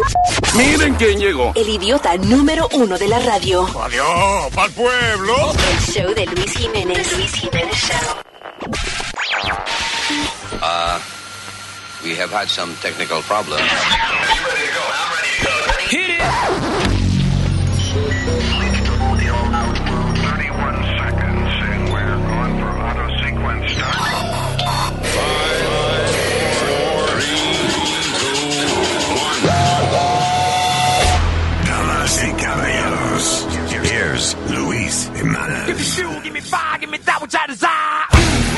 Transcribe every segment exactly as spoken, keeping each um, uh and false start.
Miren quién llegó. El idiota número uno de la radio. Adiós, pa'l pueblo. El show de Luis Jiménez. The Luis Jiménez Show. Uh, we have had some technical problems. Hit it. thirty-one seconds and we're on for auto sequence start. Damas y caballeros, here's Luis Jiménez. Give me shoe, give me five, give me that which I desire.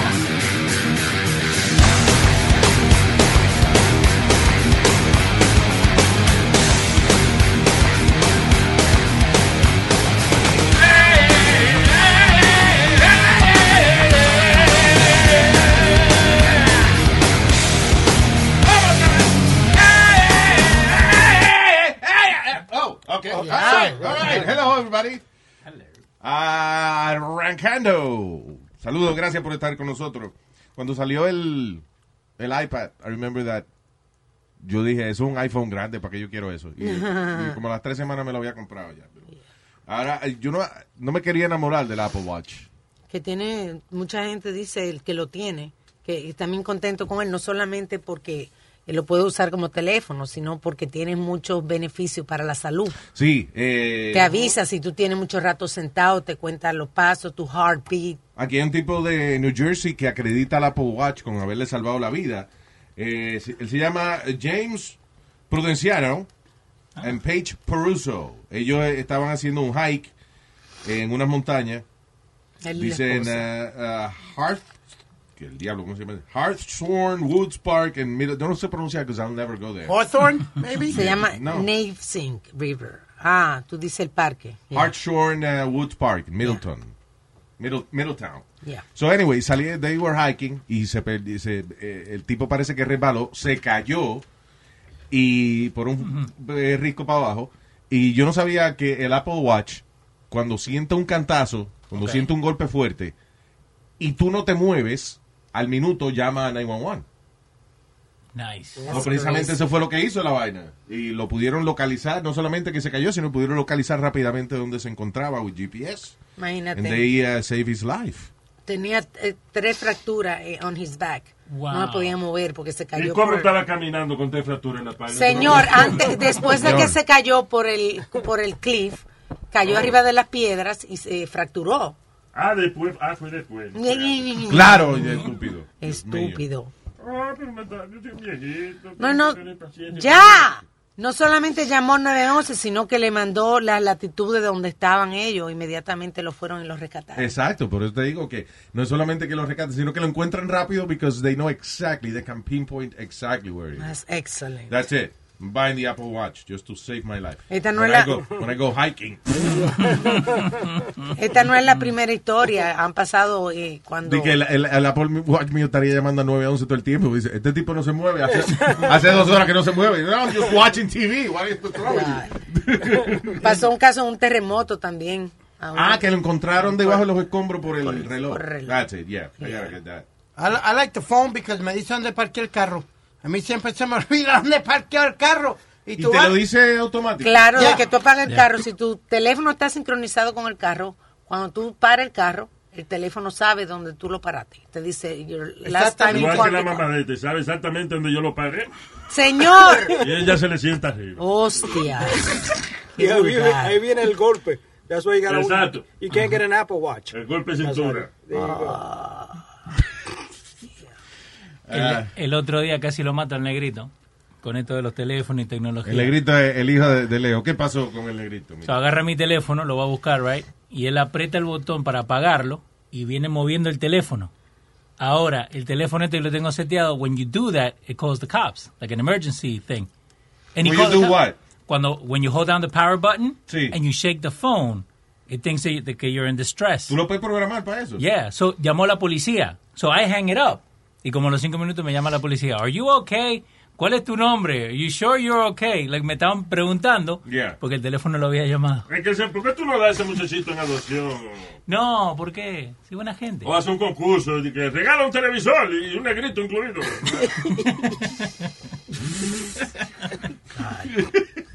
Okay. All right. All right. Hello, everybody. Hello. Arrancando. Saludos, gracias por estar con nosotros. Cuando salió el, el iPad, I remember that, yo dije, es un iPhone grande, ¿para qué yo quiero eso? Y, y como a las tres semanas me lo había comprado ya. Pero ahora, yo no, no me quería enamorar del Apple Watch. Que tiene, mucha gente dice el que lo tiene, que está bien contento con él, no solamente porque lo puede usar como teléfono, sino porque tiene muchos beneficios para la salud. Sí. Eh, te avisa si tú tienes mucho rato sentado, te cuenta los pasos, tu heartbeat. Aquí hay un tipo de New Jersey que acredita al Apple Watch con haberle salvado la vida. Eh, él se llama James Prudenciano y Paige Peruso. Ellos estaban haciendo un hike en unas montañas. Dicen uh, uh, Hearth, que el diablo, ¿cómo se llama? Hartshorn Woods Park en Middle. Yo no sé pronunciar because I'll never go there. Hawthorne, maybe. Se llama no. Navesink River. Ah, tú dices el parque. Yeah. Hartshorn uh, Woods Park, Middleton. Yeah. Middle, Middletown. Yeah. So anyway, salí, they were hiking y se, se eh, el tipo parece que resbaló, se cayó y por un uh-huh. eh, risco para abajo. Y yo no sabía que el Apple Watch, cuando sienta un cantazo, cuando okay. siente un golpe fuerte y tú no te mueves, al minuto llama a nueve uno uno. Nice. No, precisamente eso fue lo que hizo la vaina. Y lo pudieron localizar, no solamente que se cayó, sino pudieron localizar rápidamente donde se encontraba with G P S. Imagínate. And they uh, saved his life. Tenía eh, tres fracturas eh, on his back. Wow. No me podía mover porque se cayó. ¿Y cómo por... estaba caminando con tres fracturas en la espalda? Señor, antes, después de que se cayó por el, por el cliff, cayó oh. arriba de las piedras y se fracturó. Ah, después, ah, fue después. Claro, estúpido. Estúpido. Ah, pero me está, yo soy viejito. No, no, ya. No solamente llamó nueve once, sino que le mandó la latitud de donde estaban ellos. Inmediatamente lo fueron y los rescataron. Exacto, por eso te digo que no es solamente que lo rescaten, sino que lo encuentran rápido because they know exactly, they can pinpoint exactly where it is. That's excellent. That's it. I'm buying the Apple Watch just to save my life. Esta no when, es I la... go, when I go hiking. Esta no es la primera historia. Han pasado eh, cuando... Dice que el, el, el Apple Watch mío estaría llamando a nueve once todo el tiempo. Dice, este tipo no se mueve. Hace, hace dos horas que no se mueve. No, I'm just watching T V. What is the trouble? Pasó un caso de un terremoto también. Ah, que lo encontraron debajo de los escombros por el por, reloj. Por el reloj. That's it, yeah. I gotta get that. I, I like the phone because me dice dónde parqué el carro. A mí siempre se me olvida dónde parqueo el carro. ¿Y, ¿Y tú te vas? lo dice automático? Claro, Yeah. de que tú apagas el Yeah. carro. Si tu teléfono está sincronizado con el carro, cuando tú paras el carro, el teléfono sabe dónde tú lo paraste. Te dice, your last time Igual you que la parked- mamá de este, sabe exactamente dónde yo lo paré. Señor. Y ella se le sienta arriba. Hostia. Y ahí viene, ahí viene el golpe. That's why you gotta, Exacto. You can't get an Apple Watch. El golpe de cintura. There you go. El, el otro día casi lo mata el negrito con esto de los teléfonos y tecnología. El negrito es el hijo de, de Leo. ¿Qué pasó con el negrito? So, agarra mi teléfono, lo va a buscar, right? Y él aprieta el botón para apagarlo y viene moviendo el teléfono. Ahora, el teléfono este que lo tengo seteado, when you do that, it calls the cops, like an emergency thing. And he When calls you the do cops. what? Cuando, when you hold down the power button Sí. and you shake the phone, it thinks that, that you're in distress. ¿Tú lo puedes programar para eso? Yeah, so llamó a la policía. So I hang it up. Y como a los cinco minutos me llama la policía. Are you okay? ¿Cuál es tu nombre? Are you sure you're okay? Like, me estaban preguntando Yeah. porque el teléfono lo había llamado. Es que, se- ¿por qué tú no das a ese muchachito en adopción? No, ¿por qué? Soy buena gente. O hace un concurso de que regala un televisor y un negrito incluido.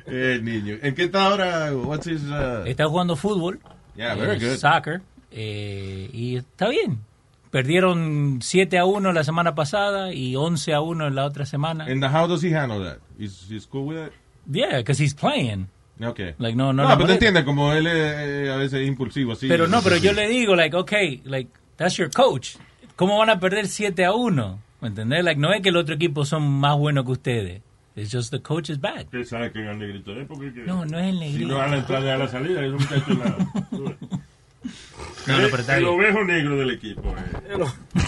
El niño. ¿En qué está ahora? What's his, uh... Está jugando fútbol. Yeah, very eh, good. Soccer. Eh, y está bien. Perdieron siete a uno la semana pasada y once a uno en la otra semana. And how does he handle that? Is he cool with it? Yeah, because he's playing. Okay. Like, no, no, no, no, pero no, te entiendes, como él es a veces impulsivo así. Pero no, pero así. yo le digo, like, okay, like, that's your coach. ¿Cómo van a perder siete a uno? ¿Me entendés? Like, no es que el otro equipo son más buenos que ustedes. It's just the coach is bad. ¿Qué sabe que es el negrito? ¿Eh? Porque que, No, no es el negrito. si no a la entrada y a la salida, es un muchacho nada. No, no, pero está el bien. ovejo negro del equipo. Eh.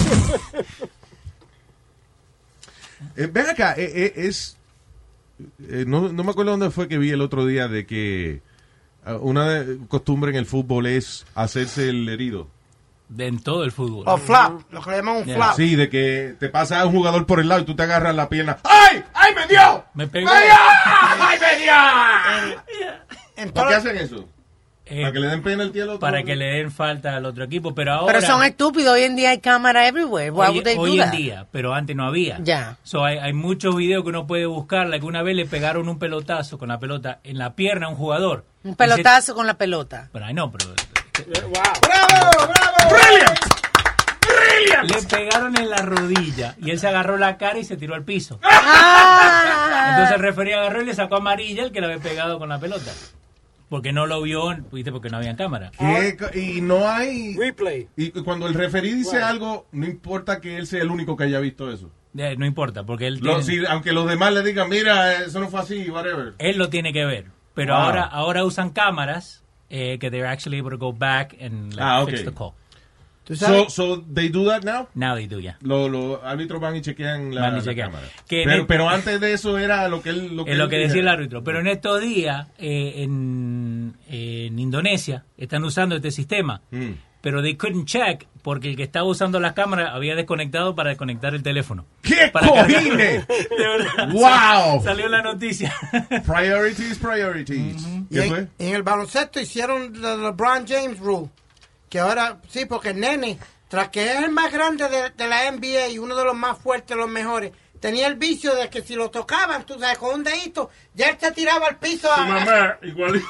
Eh, ven acá, eh, eh, es... eh, no, no me acuerdo dónde fue que vi el otro día de que uh, una de- costumbre en el fútbol es hacerse el herido. De, en todo el fútbol. O flap, lo que le llaman un Yeah. flap. Sí, de que te pasa un jugador por el lado y tú te agarras la pierna. ¡Ay! ¡Ay, me dio! Me pegó. ¡Me dio! ¡Ay, me dio! En ¿Para qué todo- hacen eso? Eh, ¿Para que le den pena el tío al otro? para que le den falta al otro equipo, pero ahora... Pero son estúpidos. Hoy en día hay cámara everywhere. Why hoy, would they hoy do en that? día, pero antes no había. Ya. So, hay, hay muchos videos que uno puede buscar. Like una vez le pegaron un pelotazo con la pelota en la pierna a un jugador. Un pelotazo con la pelota. Pero ay, no, pero Wow. ¡Bravo, bravo! ¡Brilliant! le pegaron en la rodilla y él se agarró la cara y se tiró al piso. Ah. Entonces el referee agarró y le sacó amarilla el que le había pegado con la pelota. Porque no lo vio, ¿viste? Porque no había cámara. ¿Qué co- Y no hay... Replay. Y cuando el referí dice Right. algo, no importa que él sea el único que haya visto eso. Eh, no importa, porque él Lo- tiene- si- aunque los demás le digan, mira, eso no fue así, whatever. él lo tiene que ver. Pero Wow. ahora ahora usan cámaras eh, que they're actually able to go back and like, Ah, fix okay. the call. ¿Tú So, sabes? so they do that now? Now they do, yeah. Los los árbitros van y chequean la, Van y la chequean. cámara. Que en Pero, el- pero antes de eso era lo que él... Lo Es lo él que decía el dijera. árbitro. Pero en estos días, eh, en, en Indonesia, están usando este sistema. Mm. Pero they couldn't check porque el que estaba usando las cámaras había desconectado para desconectar el teléfono. ¡Qué Para cargar- cojines! De verdad. ¡Wow! Salió la noticia. Priorities, priorities. Y ¿Qué en, fue? en el baloncesto hicieron la LeBron James rule. Que ahora, sí, porque el nene, tras que es el más grande de, de la N B A y uno de los más fuertes, los mejores, tenía el vicio de que si lo tocaban, tú sabes, con un dedito, ya él se tiraba al piso. Tu A, mamá, igualito.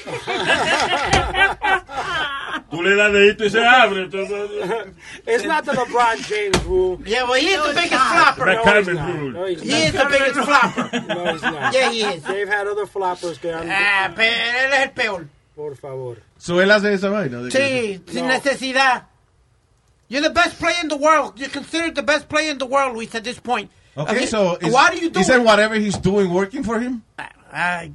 Tú le das dedito y se abre. Entonces, It's not the LeBron James rule. yeah, well, he is the biggest flopper. the No, Carmen he's not. rule. No, he's He is not. the biggest flopper. No, he's not. Yeah, he is. They've had other floppers que han... Ah, pero él es el peor. Por favor. So él hace esa vaina. de que- Sí, sin necesidad. You're the best player in the world. You're considered the best player in the world, Luis, at this point. Okay, Okay, so is, why do you do isn't it? whatever he's doing working for him? Ay,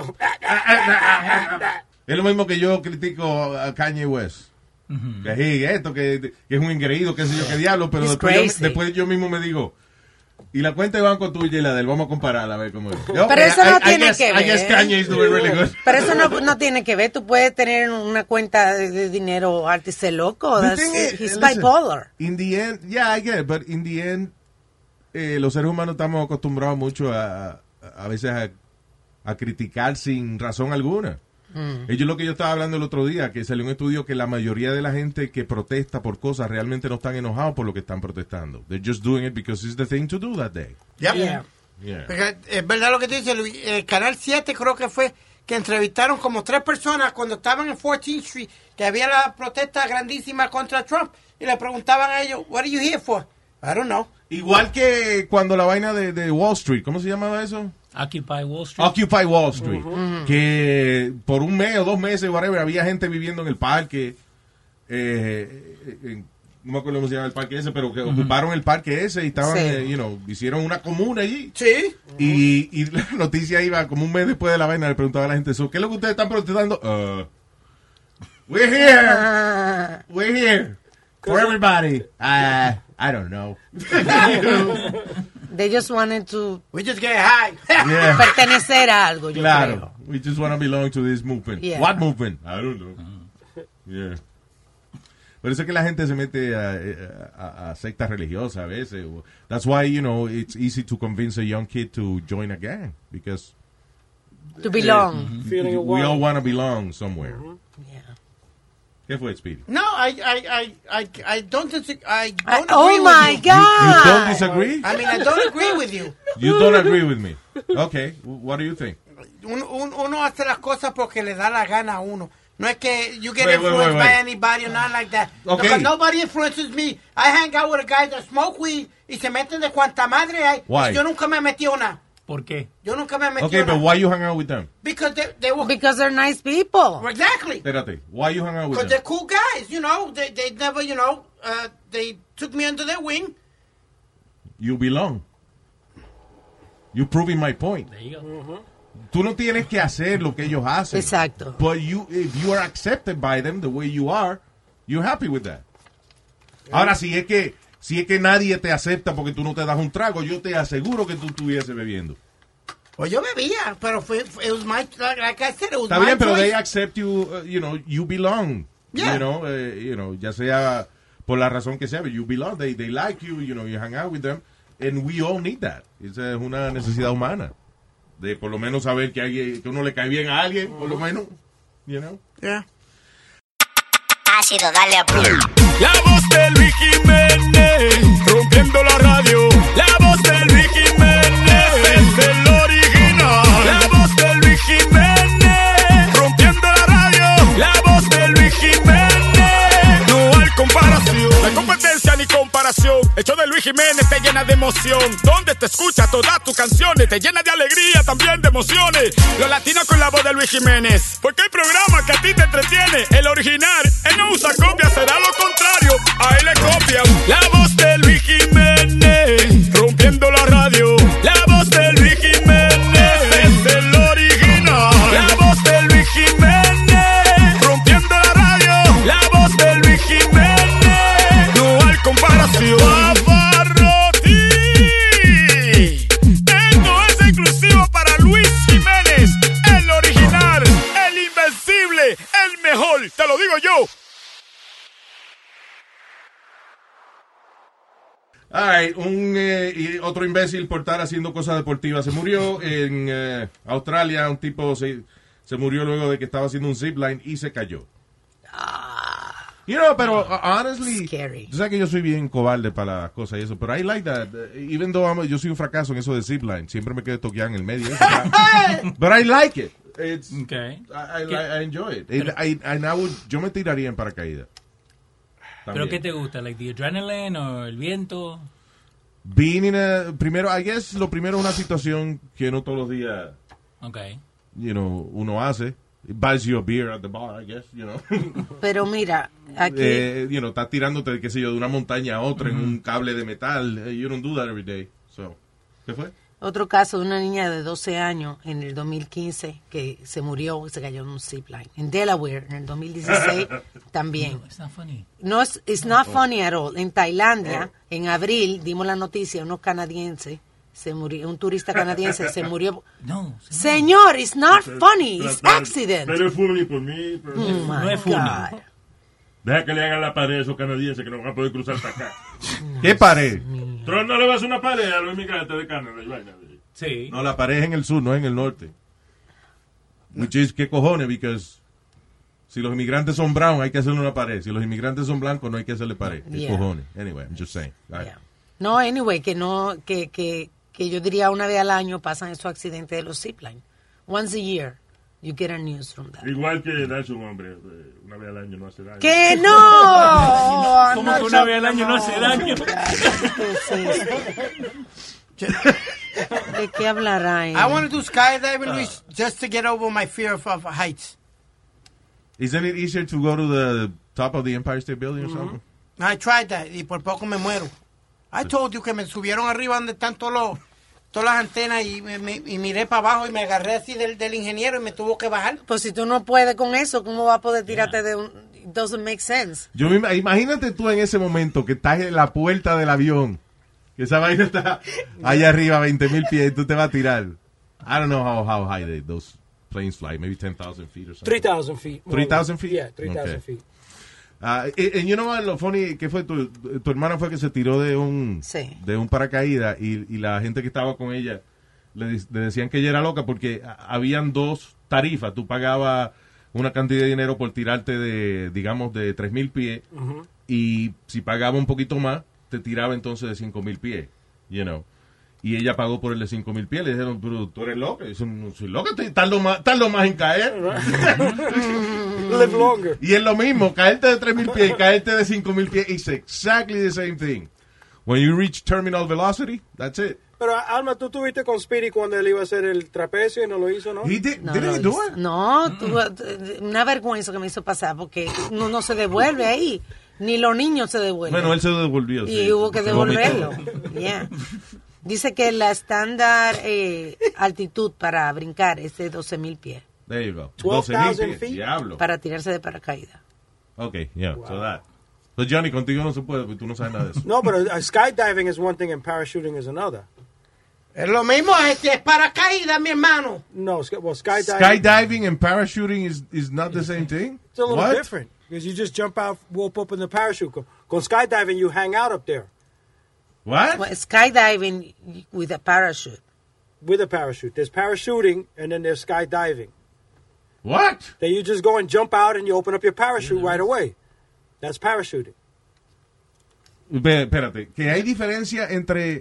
Es lo mismo que yo critico a Kanye West. Que sí, esto, que, que es un engreído, qué sé yo, qué diablo, pero He's después yo, crazy. después yo mismo me digo, y la cuenta de banco tuya y la de él, vamos a comparar a ver cómo es. Yo, Pero eso I- no I tiene guess- que I guess ver. Kanye is doing really good. Pero eso no, no tiene que ver. Tú puedes tener una cuenta de, de dinero arte y ser loco. The That's- thing is, he's listen, bipolar. In the end, yeah, I get it, but in the end, eh, los seres humanos estamos acostumbrados mucho a, a, a veces a, a criticar sin razón alguna. Mm. Ellos lo que yo estaba hablando el otro día, que salió un estudio que la mayoría de la gente que protesta por cosas realmente no están enojados por lo que están protestando. They're just doing it because it's the thing to do that day. yep. Yeah. Yeah. Porque es verdad lo que te dice Luis. El Canal siete creo que fue que entrevistaron como tres personas cuando estaban en fourteenth Street, que había la protesta grandísima contra Trump, y le preguntaban a ellos, what are you here for? I don't know. Igual que cuando la vaina de, de Wall Street, ¿cómo se llamaba eso? Occupy Wall Street. Occupy Wall Street. Que por un mes o dos meses, whatever, había gente viviendo en el parque. Eh, en- no me acuerdo cómo se llama el parque ese, pero que ocuparon el parque ese y estaban, Sí. eh, you know, hicieron una comuna allí. Sí. Y, y la noticia iba como un mes después de la vaina, le preguntaba a la gente, "So, ¿qué es lo que ustedes están protestando? Uh, we're here. We're here. For everybody. Uh, I don't know. They just wanted to We just get high. Yeah. pertenecer a algo, yo Claro. creo. We just want to belong to this movement. Yeah. What movement? I don't know. Yeah. Por eso es que la gente se mete a, a, a sectas religiosas a veces. That's why, you know, it's easy to convince a young kid to join a gang. Because To belong. Feeling a we all while. want to belong somewhere. Yeah. ¿Qué fue, Speedy? No, I, I, I, I, I don't disagree. I I- don't oh agree my with you. God. You don't disagree? I mean, I don't agree with you. You don't agree with me. Okay. What do you think? uno, uno, uno hace las cosas porque le da la gana a uno. No es que you get Wait, wait, influenced wait, wait. by anybody or not like that. Okay. Because nobody influences me. I hang out with a guy that smoke weed y se meten de cuanta madre hay. Why? Y yo nunca me he metido nada. ¿Por qué? Yo nunca me he metido Okay, nada. but why you hang out with them? Because they, they were... Because they're nice people. Exactly. Espérate. Why you hang out with Because them? they're cool guys, you know. They, they never, you know, uh, they took me under their wing. You belong. You proving my point. There you go. Tú no tienes que hacer lo que ellos hacen. Exacto. But you, if you are accepted by them the way you are, you're happy with that. Ahora, si es que si es que nadie te acepta porque tú no te das un trago, yo te aseguro que tú estuvieses bebiendo. Pues yo bebía, pero fue, fue it was my, like, like I said, it was Está my bien, pero choice. they accept you, uh, you know, you belong. Yeah. You know, uh, you know, ya sea por la razón que sea, but you belong. They, they like you, you know, you hang out with them. And we all need that. Esa es una necesidad humana. De por lo menos saber que, alguien, que uno le cae bien a alguien, por lo menos, you know. Yeah. Ácido, dale a play. La voz de Luis Jiménez, rompiendo la radio. La voz de Luis Jiménez, es el original. La voz de Luis Jiménez, rompiendo la radio. La voz de Luis Jiménez, no hay comparación. No hay competencia ni comparación. El show de Luis Jiménez te llena de emoción. Donde te escucha todas tus canciones, te llena de alegría, también de emociones. Los latinos con la voz de Luis Jiménez. Porque hay programa que a ti te entretiene. El original, él no usa copia, será lo contrario. A él le copian. La voz de Luis Jiménez, rompiendo la radio. La voz de Luis Jiménez, es el original. La voz de Luis Jiménez, rompiendo la radio. La voz de Luis Jiménez, no hay comparación. Pavarotti, esto es exclusivo para Luis Jiménez, el original, el invencible, el mejor, te lo digo yo. All right, un eh, y otro imbécil por estar haciendo cosas deportivas se murió en eh, Australia. Un tipo se, se murió luego de que estaba haciendo un zipline y se cayó. You know, pero uh, honestly, Scary. tú sabes que yo soy bien cobarde para las cosas y eso, pero I like that. Even though I'm, yo soy un fracaso en eso de zipline, siempre me quedé toqueado en el medio. But I like it. It's, Okay. I, I, I enjoy it. It- I, I, I would, yo me tiraría en paracaídas. ¿Pero También. qué te gusta? Like the adrenaline o el viento? Being in a, primero, I guess lo primero es una situación que no todos los días, Okay. you know, uno hace. It buys you a beer at the bar, I guess, you know. Pero mira, aquí... eh, you know, estás tirándote, qué sé yo, de una montaña a otra en un cable de metal. Eh, You don't do that every day. So, ¿qué fue? Otro caso de una niña de doce años en el dos mil quince que se murió y se cayó en un zipline. En Delaware, en el dos mil dieciséis, también. It's not funny. No es it's not funny at all. En Tailandia, en abril, dimos la noticia, unos canadienses, se murió, un turista canadiense se murió. No. Señor, it's not funny, Pero- it's pero- accident. Pero es funny por mí. Pero Oh my no es funny. God. Deja que le hagan la pared a esos canadienses que no van a poder cruzar para acá. ¿Qué pared? Trump no le va a hacer una pared a los inmigrantes de Canadá y vaina. Sí. No, la pared es en el sur, no es en el norte. Which is, ¿qué cojones? Because si los inmigrantes son brown, hay que hacerle una pared. Si los inmigrantes son blancos, no hay que hacerle pared. ¿Qué Yeah. cojones? Anyway, I'm just saying. All right. Yeah. No, anyway, que no, que, que, que yo diría una vez al año pasan esos accidentes de los zipline. Once a year, you get a news from that. Igual que darse un hombre eh, una vez al año no hace daño. ¡Que no! ¿Cómo No, que una vez al año no hace daño? ¿Qué es esto? ¿De qué hablará él? I want to do skydiving, Luis, just to get over my fear of, of heights. Isn't it easier to go to the top of the Empire State Building or something? I tried that y por poco me muero. I told you que me subieron arriba donde están todos los, todas las antenas y, me, me- y miré para abajo y me agarré así del, del ingeniero y me tuvo que bajar. Pues si tú no puedes con eso, ¿cómo vas a poder tirarte de un... It doesn't make sense. Yo me, imagínate tú en ese momento que estás en la puerta del avión, que esa vaina está allá arriba a veinte mil pies y tú te vas a tirar. I don't know how, how high they, those planes fly, maybe ten thousand feet or something. three thousand feet. three thousand feet? Yeah, three thousand Okay. feet. Ah, y, y you know what, lo funny, ¿qué fue? Tu, tu hermana fue que se tiró de un, Sí. de un paracaídas y, y la gente que estaba con ella le, di- le decían que ella era loca porque a- habían dos tarifas. Tú pagabas una cantidad de dinero por tirarte de, digamos, de tres mil pies y si pagaba un poquito más, te tiraba entonces de cinco mil pies, you know. Y ella pagó por el de cinco mil pies. Le dijeron, pero tú eres loca. Y dice, no soy loca, estoy tardo más, tardo más en caer. Live longer. Y es lo mismo, caerte de tres mil pies y caerte de cinco mil pies. It's exactly the same thing. When you reach terminal velocity, that's it. Pero, Alma, tú tuviste con Speedy cuando él iba a hacer el trapecio y no lo hizo, ¿no? He did, No, did lo he do hizo. it? No, tuvo- una vergüenza que me hizo pasar porque no, no se devuelve ahí. Ni los niños se devuelven. Bueno, él se devolvió. Y sí. hubo que Se devolverlo. vomitó. Yeah. Dice que la estándar eh, altitud para brincar es de doce mil pies. There you go. twelve doce mil thousand pies. feet. Diablo. Para tirarse de paracaídas. Okay, yeah, so that. So Johnny, contigo no se puede porque tú no sabes nada de eso. No, pero uh, skydiving is one thing and parachuting is another. Es lo mismo, este es paracaídas, mi hermano. No, sky- well, skydiving Skydiving and parachuting is, is not the same thing? it's a little What? different because you just jump out, rope up in the parachute. Con, con skydiving, you hang out up there What? Well, skydiving with a parachute. with a parachute. There's parachuting and then there's skydiving. What? Then you just go and jump out and you open up your parachute right away. That's parachuting. Ve, Espérate, que hay diferencia entre...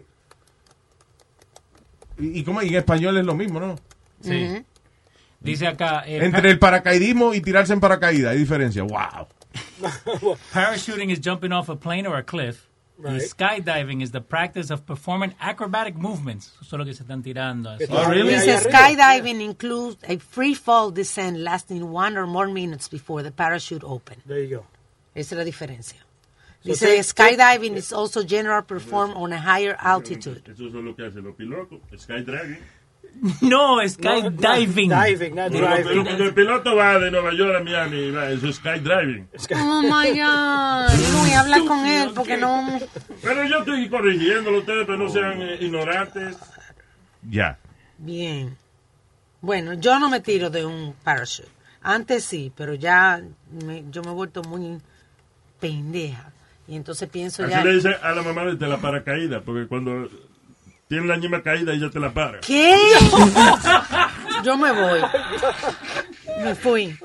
Y, y como en español es lo mismo, ¿no? Sí. Dice acá... eh, Entre el paracaidismo y tirarse en paracaídas hay diferencia. Wow. Parachuting is jumping off a plane or a cliff. Right. Y skydiving is the practice of performing acrobatic movements. Eso es lo que se están tirando. así. Oh, really? Ahí Dice arriba. skydiving includes a free fall descent lasting one or more minutes before the parachute open. There you go. Esa es la diferencia. So Dice take- skydiving is also generally performed on a higher altitude. Eso es lo que hacen los pilotos. Skydiving. No, skydiving. Diving, not Pero driving. cuando el piloto va de Nueva York a Miami, va, eso es skydiving. Oh my God. Yo no voy a hablar con él porque no. Pero yo estoy corrigiéndolo ustedes, pero no sean eh, ignorantes. Ya. Bien. Bueno, yo no me tiro de un parachute. Antes sí, pero ya me- yo me he vuelto muy pendeja. Y entonces pienso Así ya. le dice a la mamá de la paracaídas, porque cuando tiene la ñema caída, ella te la para. ¿Qué? Yo me voy. Me fui.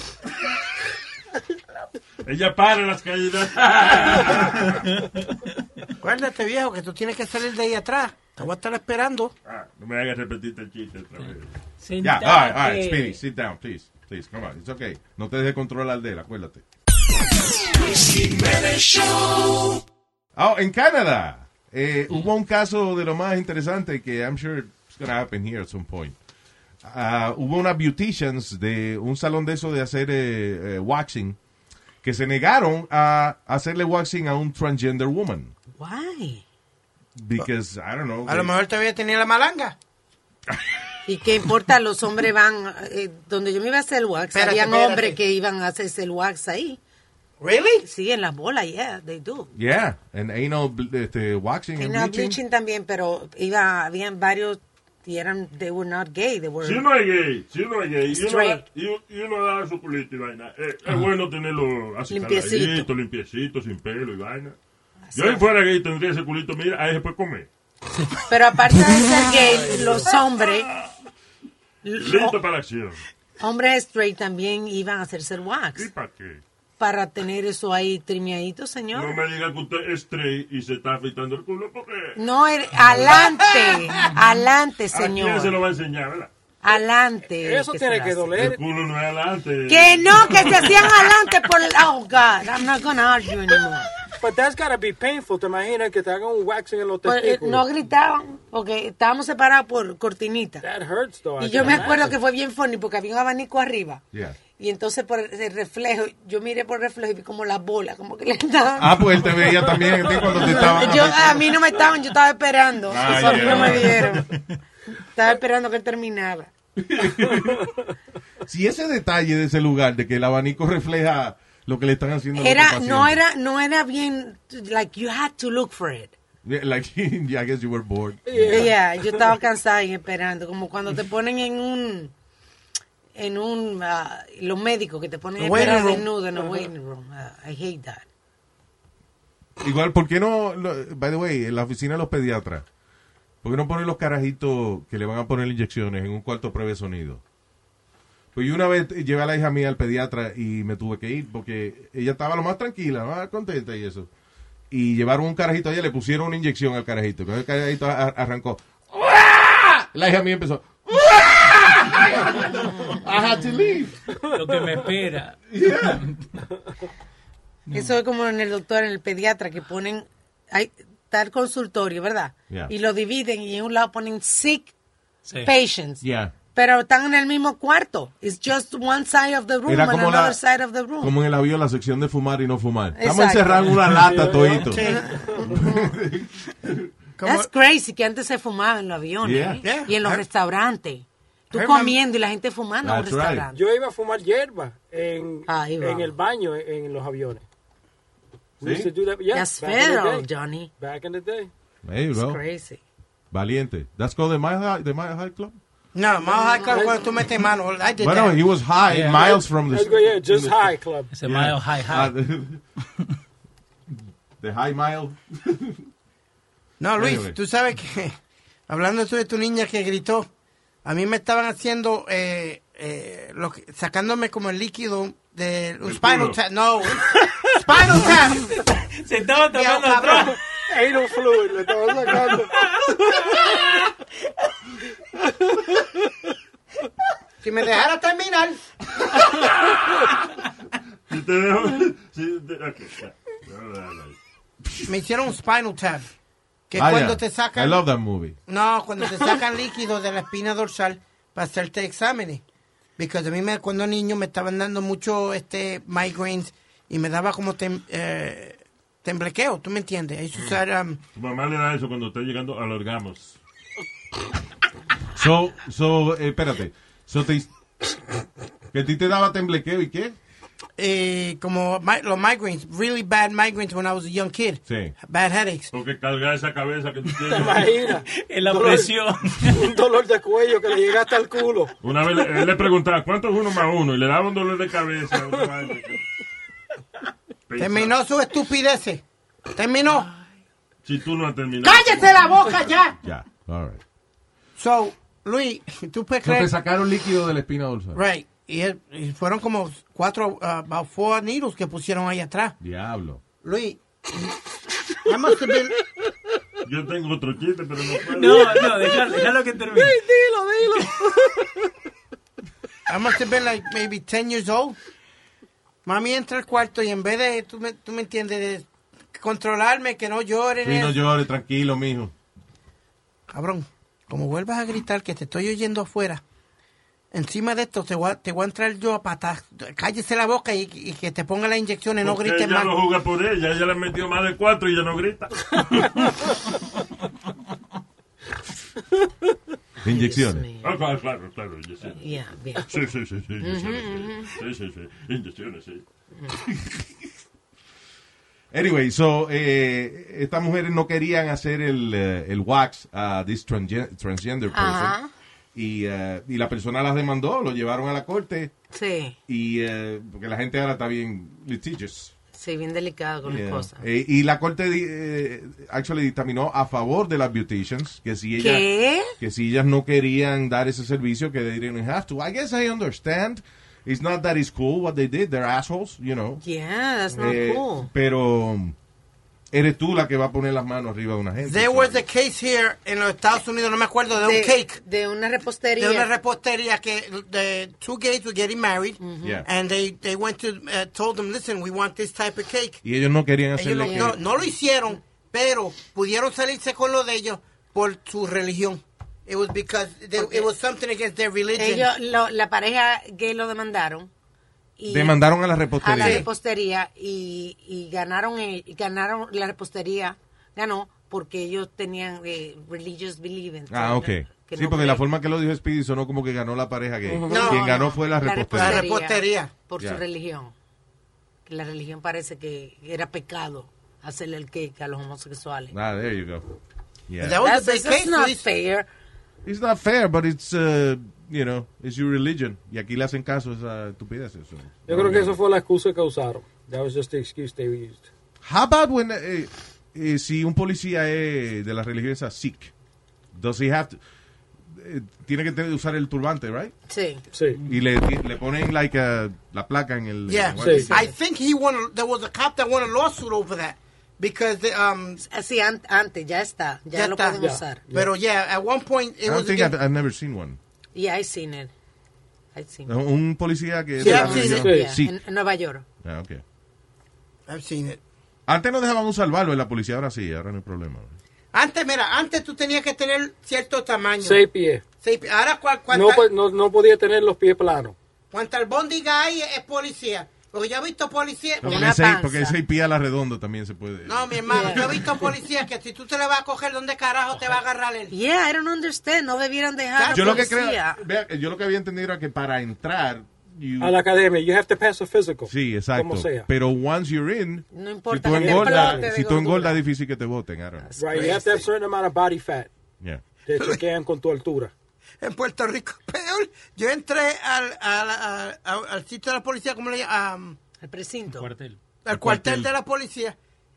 Ella para las caídas. Acuérdate, viejo, que tú tienes que salir de ahí atrás. Te voy a estar esperando. Ah, no me hagas repetirte el chiste otra vez. Ya, all right, all right, Speedy, sit down, please. Please, come on, it's okay. No te dejes controlar de él, acuérdate. Oh, en Canadá eh, hubo un caso de lo más interesante que I'm sure it's going to happen here at some point. Ah, hubo unas beauticians de un salón de eso de hacer eh, eh, waxing que se negaron a hacerle waxing a un transgender woman. Why? Because, I don't know. A lo mejor todavía tenía la malanga. ¿Y qué importa? Los hombres van, eh, donde yo me iba a hacer el wax, Espérate, habían espérate. hombres que iban a hacerse el wax ahí. Really? Sí, en las bolas, yeah, they do. Yeah, and anal este, waxing Y and no, bleaching. bleaching también, pero iba, habían varios, y eran, they were not gay, they were... Si uno es gay, si uno es gay, y uno, Straight. da, y, y uno da su culito y vaina, eh, es bueno tenerlo así Limpiecito. caladito, limpiecito, sin pelo y vaina. Yo si fuera gay tendría ese culito, mira, ahí se puede comer. Pero aparte de ser gay, los hombres, Listo para la acción. hombres straight también iban a hacerse el ¿Y wax, para qué? para tener eso ahí trimeadito, No señor. me diga que usted es straight y se está afeitando el culo porque... No, er- adelante, adelante, ¿A quién se lo señor, va a enseñar, verdad? adelante. Eso que tiene se que lo hace. doler. El culo no es adelante. Que no, que se hacían adelante por el... Oh, God, I'm not gonna argue anymore. But that's gotta be painful. Te imaginas que te hagan un waxing en los Pues, eh, testículos. no gritaban, porque estábamos separados por cortinita. That hurts, though. I Y yo can me acuerdo imagine. que fue bien funny, porque había un abanico arriba. Yeah. Y entonces por el reflejo, yo miré por el reflejo y vi como las bolas, como que le estaban... Ah, pues él te veía también a ti cuando te estaban... Yo, a mí no me estaban, yo estaba esperando. Ah, Eso yeah. no me dieron. Estaba esperando que él terminara. Si ese detalle de ese lugar, de que el abanico refleja lo que le están haciendo a los Era, pacientes. no era, no era bien, like you had to look for it. Yeah, like, yeah, I guess you were bored. Yeah, yo estaba cansada y esperando, como cuando te ponen en un, en un, ah, los médicos que te ponen a The waiting esperar room. desnudo en el waiting room. Ah, I hate that. Igual, ¿por qué no, lo- by the way, en la oficina de los pediatras, ¿por qué no ponen los carajitos que le van a poner inyecciones en un cuarto prueba de sonido? Pues yo una vez llevé a la hija mía al pediatra y me tuve que ir porque ella estaba lo más tranquila, lo más contenta y eso. y llevaron un carajito allá, le pusieron una inyección al carajito. Entonces el carajito ar- arrancó. La hija mía empezó. I had to leave. Lo que me espera. Yeah. Eso es como en el doctor, en el pediatra, que ponen, hay tal consultorio, ¿verdad? Yeah. Y lo dividen y en un lado ponen sick Sí. patients. Yeah. Pero están en el mismo cuarto. It's just one side of the room Era and como another la- side of the room. Como en el avión, la sección de fumar y no fumar. Estamos Exacto. encerrados en una lata todito. That's crazy, que antes se fumaba en los aviones Yeah. ¿eh? Yeah. y en los I- restaurantes. Tú I comiendo y la gente fumando en un That's right. restaurante. Yo iba a fumar hierba en, Ahí va. en el baño en, en los aviones. We ¿Sí? used to do that. Yeah, That's back in the federal, day. Johnny. Back in the day. There you It's go. crazy. Valiente. That's called the Mile High, the Mile High Club? No, más high club cuando tú metes mano. I did Bueno, that. he was high Yeah. miles from the... Let's go, yeah, just high club. It's a mile high Ah, high. the, the high mile. No, Luis, Anyway. tú sabes que, hablando tú de tu niña que gritó, a mí me estaban haciendo, eh, eh, lo que- sacándome como el líquido de un El spinal culo. tap. No, spinal tap. Se estaba Diablo, tomando cabrón. atrás. Anal fluid, le estaba sacando. Si me dejara terminar. Si te dejo. Si te, okay, ya. No, no, no. Me hicieron un spinal tap. Que Ah, cuando yeah. te sacan. I love that movie. No, cuando te sacan líquido de la espina dorsal para hacerte exámenes. Porque a mí me, cuando niño me estaban dando mucho este migraines y me daba como tem, eh, temblequeo, ¿tú me entiendes? Hay que usar, um, Tu mamá le da eso cuando está llegando al orgamos. So, so, eh, espérate. So te, que a ti te daba temblequeo y qué? eh, como mi- los migraines, really bad migraines when I was a young kid. Sí. Bad headaches. Porque cargar esa cabeza que tú ¿Te tienes. imaginas? En la Dolor- presión. Un dolor de cuello que le llega hasta el culo. Una vez le- él le preguntaba, ¿cuánto es uno más uno? Y le daba un dolor de cabeza. Una vaina que- Terminó su estupidez. Terminó. Si tú no has terminado. ¡Cállese la boca ya! Ya, all right. So, Luis, tú puedes So te creer. sacaron líquido de la espina dorsal. Right. Y, él- y fueron como cuatro, uh, about four needles que pusieron ahí atrás. Diablo. Luis, I must have been- Yo tengo otro chiste, pero no puedo. No, no, déjalo, déjalo que termine. Dilo, dilo. I must have been like maybe ten years old. Mami entra al cuarto y en vez de, tú me, tú me entiendes, de controlarme, que no llore. Sí, no llores, tranquilo, mijo. Cabrón, como vuelvas a gritar que te estoy oyendo afuera, encima de esto te voy a, te voy a entrar yo a patas. Cállese la boca y, y que te ponga las inyecciones, no Porque grites ella más. no juega por ella. Ella le ha metido más de cuatro y ella no grita. Inyecciones. Ah, claro, claro, claro. Inyecciones. Yeah, bien. Sí, sí, sí, sí, inyecciones, sí, sí, sí, sí, inyecciones, sí. Anyway, so, eh, estas mujeres no querían hacer el, eh, el wax a this transgen- transgender person. Ajá. Y, eh, y la persona las demandó, lo llevaron a la corte. Sí, Y eh, porque la gente ahora está bien litigious. sí, bien delicado con Yeah. las cosas. Eh, y la corte di- eh, actually dictaminó a favor de las beauticians que si ellas ¿Qué? que si ellas no querían dar ese servicio que they didn't have to. I guess I understand. It's not that it's cool what they did. They're assholes, you know. Yeah, that's not Eh, cool. Pero um, eres tú la que va a poner las manos arriba de una gente. There so- was a case here en los Estados Unidos, no me acuerdo, de, De, un cake. de una repostería. De una repostería que the two gays were getting married, Yeah. and they, they went to, uh, told them, listen, we want this type of cake. Y ellos no querían Ellos hacerle no, que- no, no lo hicieron, pero pudieron salirse con lo de ellos por su religión. It was because they, it was something against their religion. Ellos, lo- la pareja gay lo demandaron. Y Demandaron a la a repostería. la repostería y, y ganaron el- y ganaron la repostería ganó porque ellos tenían eh, religious believing. Ah, ok. Que Sí, no porque la creen. forma que lo dijo Speedy sonó como que ganó la pareja gay. No, Quien no, ganó no. fue la La repostería. La repostería. por Ya. su religión. Que la religión parece que era pecado hacerle el cake a los homosexuales. Ah, there you go. Yeah. That was That's, a big that's case, not Luis. fair. It's not fair, but it's, uh, you know, it's your religion. Y aquí le hacen caso a esa estupidez. Eso. Yo creo que eso fue la excusa que usaron. That was just the excuse they used. How about when, eh, eh, si un policía es de la religión esa Sikh, does he have to, eh, tiene que tener- usar el turbante, right? Sí. Sí. Y le, le ponen like a- la placa en el... Yeah, en el- Sí. I think he won. A, there was a cop that won a lawsuit over that Because um, Así an- antes, ya está. Ya, ya lo está. pueden Yeah. usar. Pero yeah, at one point it I don't was think against- I've, I've never seen one. Yeah, I seen it. I seen it. Un policía que... Sí, I've seen it. Yeah, Sí. en, en Nueva York. Ah, okay. I've seen it. Antes no dejaban usar barba en la policía, ahora sí, ahora no hay problema. Antes, mira, antes tú tenías que tener cierto tamaño. Seis pies. Seis pies. Ahora, ¿cuál, cuál No, po- no, no podía tener los pies planos. cuánto el bondi guy es policía? Porque yo he visto policías... Porque Una ese, panza. porque ese pie a la redondo también se puede... No, mi hermano, yo he visto policías que si tú te le vas a coger, ¿dónde carajo te va a agarrar él? Yeah, I don't understand. No debieran dejar yo la lo que creo, policía. vea, yo lo que había entendido era que para entrar... you- A la academia, you have to pass a physical. sí, exacto. Como sea. Pero once you're in, No si importa tú que te engordas, explote de si tú gordura. engordas es difícil que te voten. I don't know. Right, you have to have a certain amount of body fat. Yeah. Te chequean con tu altura. En Puerto Rico, peor. Yo entré al, al, al, al- al sitio de la policía, ¿cómo le llaman? El precinto. Cuartel. al El cuartel cuartel. de la policía.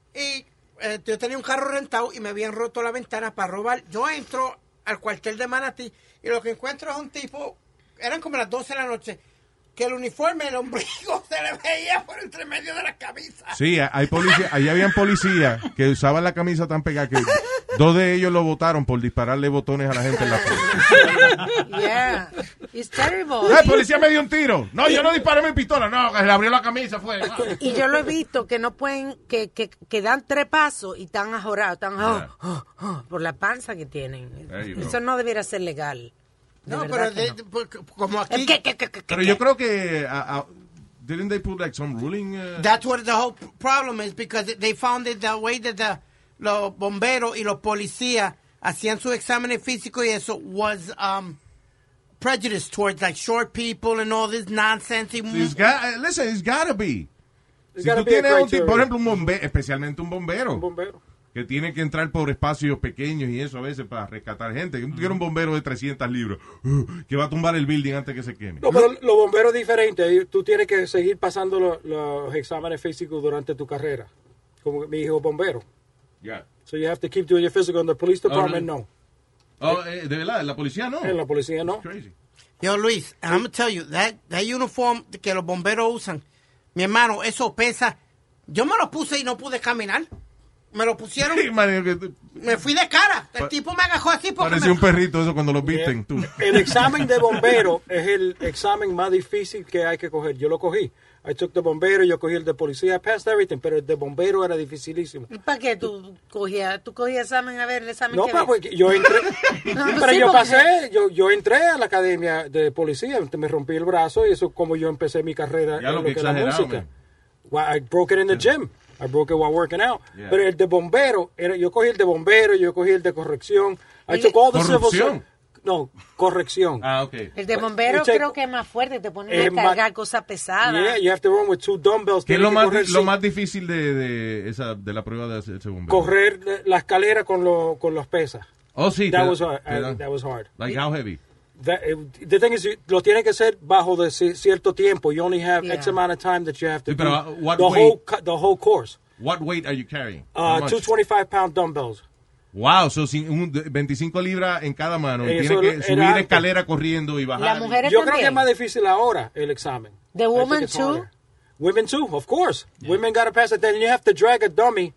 Y eh, yo tenía un carro rentado y me habían roto la ventana para robar. Yo entro al cuartel de Manatí y lo que encuentro es un tipo, eran como las doce de la noche, que el uniforme, el ombligo se le veía por entre medio de la camisa. Sí, hay policía, ahí habían policías que usaban la camisa tan pegada que dos de ellos lo votaron por dispararle botones a la gente en la frente. Yeah. It's terrible. ¡Eh, policía me dio un tiro! No, yo no disparé mi pistola, no, que le abrió la camisa, fue. Y yo lo he visto que no pueden, que, que, que dan tres pasos y están ajorados, están oh, oh, oh, por la panza que tienen. There you go. Eso no debiera ser legal. De No, verdad pero que de- no. de- porque como aquí, ¿Qué, qué, qué, qué, Pero qué? yo creo que... uh, uh, didn't they put like some ruling? Uh, that's what the whole problem is, because they found it the way that the, los bomberos y los policías hacían sus exámenes físicos y eso was um, prejudice towards like short people and all this nonsense. Y it's got, uh, listen, it's gotta be. There's Si gotta tú be a tienes un criteria. tipo, por ejemplo, un bombero, especialmente un bombero, Un bombero. que tiene que entrar por espacios pequeños y eso a veces para rescatar gente. Yo quiero un bombero de trescientas libras uh, que va a tumbar el building antes que se queme. No, pero los bomberos diferentes. y Tú tienes que seguir pasando lo- los exámenes físicos durante tu carrera. Como mi hijo es bombero. Yeah. So you have to keep doing your physical. In the police department, really? no. Oh, eh, de verdad, la policía no. En la policía, no. Crazy. Yo, Luis, and I'm gonna tell you, that, that uniform que los bomberos usan, mi hermano, eso pesa. Yo me lo puse y no pude caminar. Me lo pusieron, Sí, man, que- me fui de cara. El Pa- tipo me agajó así porque Parece me... un perrito eso cuando lo visten, tú. El examen de bombero es el examen más difícil que hay que coger. Yo lo cogí. I took the bombero, yo cogí el de policía, I passed everything, pero el de bombero era dificilísimo. ¿Y para qué tú cogías? ¿Tú cogías examen a ver el examen No, que pa, ves? porque yo entré, No, pero sí, yo porque- pasé, yo, yo entré a la academia de policía, me rompí el brazo y eso es como yo empecé mi carrera Ya en lo lo que que es la exagerado, música. man. Well, I broke it in the gym. I broke it while working out. Yeah. Pero el de bombero, era, yo cogí el de bombero, yo cogí el de corrección. I ¿Y took all the civil corrupción? ser- No, corrección. Ah, ok. El de bombero You take- creo que es más fuerte, te ponen Es a cargar más- cosas pesadas. Yeah, you have to run with two dumbbells. ¿Qué es Tienes lo que más, correr di- lo sin- más difícil de, de, esa, de la prueba de ese ese bombero? correr la escalera con, lo, con los pesas. Oh, sí. That te- was hard. te I- dan- that was hard. Like how heavy? That, eh, the thing is, you- lo tiene que ser bajo de ci- cierto tiempo. You only have Yeah. X amount of time that you have to Sí, do pero, uh, what the weight? whole cu- the whole course. What weight are you carrying? How Uh, much? two twenty-five pound dumbbells. Wow, so sin un, de- veinticinco libras en cada mano. Y Eso tiene que era subir antes. escalera corriendo y bajar. Las mujeres Yo creo que también. es más difícil ahora el examen. The I think woman it's too? harder. Women too, of course. Women got to pass it. Then you have to drag a dummy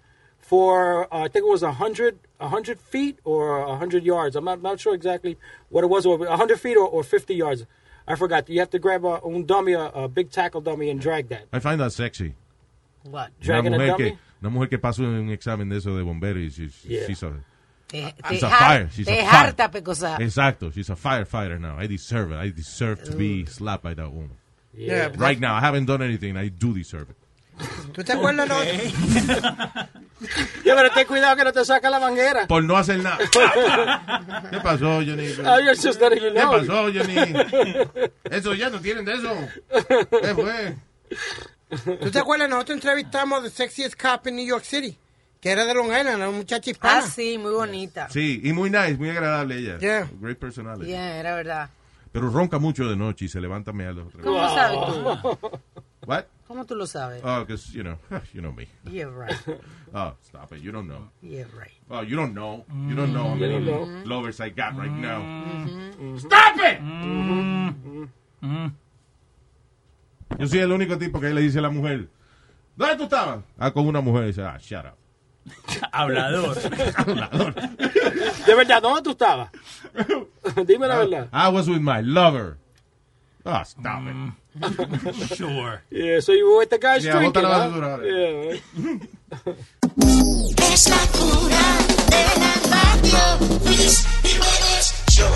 for uh, I think it was a hundred, a hundred feet or a hundred yards. I'm not not sure exactly what it was. A hundred feet or, or fifty yards. I forgot. You have to grab a un dummy, a, a big tackle dummy, and drag that. I find that sexy. What? Una Dragging a mujer, dummy. que, una mujer que pasó un examen de eso de bombero y she's, Yeah. she's a, Te, she's te a har- fire. She's te a fire. harta pecosar. Exacto. She's a firefighter now. I deserve it. I deserve to be slapped by that woman. Yeah, Right now, I haven't done anything. I do deserve it. ¿Tú te acuerdas lo Yeah, pero ten cuidado que no te saca la manguera. Por no hacer nada. ¿Qué pasó, Johnny? Oh, you're just letting you ¿Qué know. pasó, Johnny? Eso ya no tienen de eso. ¿Qué fue? ¿Tú te acuerdas? Nosotros entrevistamos The Sexiest Cop in New York City, que era de Long Island, una muchacha hispana. Ah, sí, muy bonita. Sí, y muy nice, muy agradable ella. Yeah. Great personality. Yeah, era verdad. Pero ronca mucho de noche y se levanta a mear los otros. ¿Cómo lo sabes tú? What? ¿Cómo tú lo sabes? Oh, because, you know, you know me. Yeah, right. Oh, stop it. You don't know. Yeah, right. Oh, you don't know. You don't know how You many don't know. lovers I got right now. Stop it! Yo soy el único tipo que le dice a la mujer, ¿dónde tú estabas? Ah, con una mujer y dice, ah, shut up. Hablador. Hablador. De verdad, ¿dónde tú estabas? Dime la verdad. I was with my lover. Oh, stop mm. it. Sure. Yeah, so you were with the guys Yeah, drinking, bota la huh? basura. Yeah. Es la cura de la radio. Luis Jiménez Show.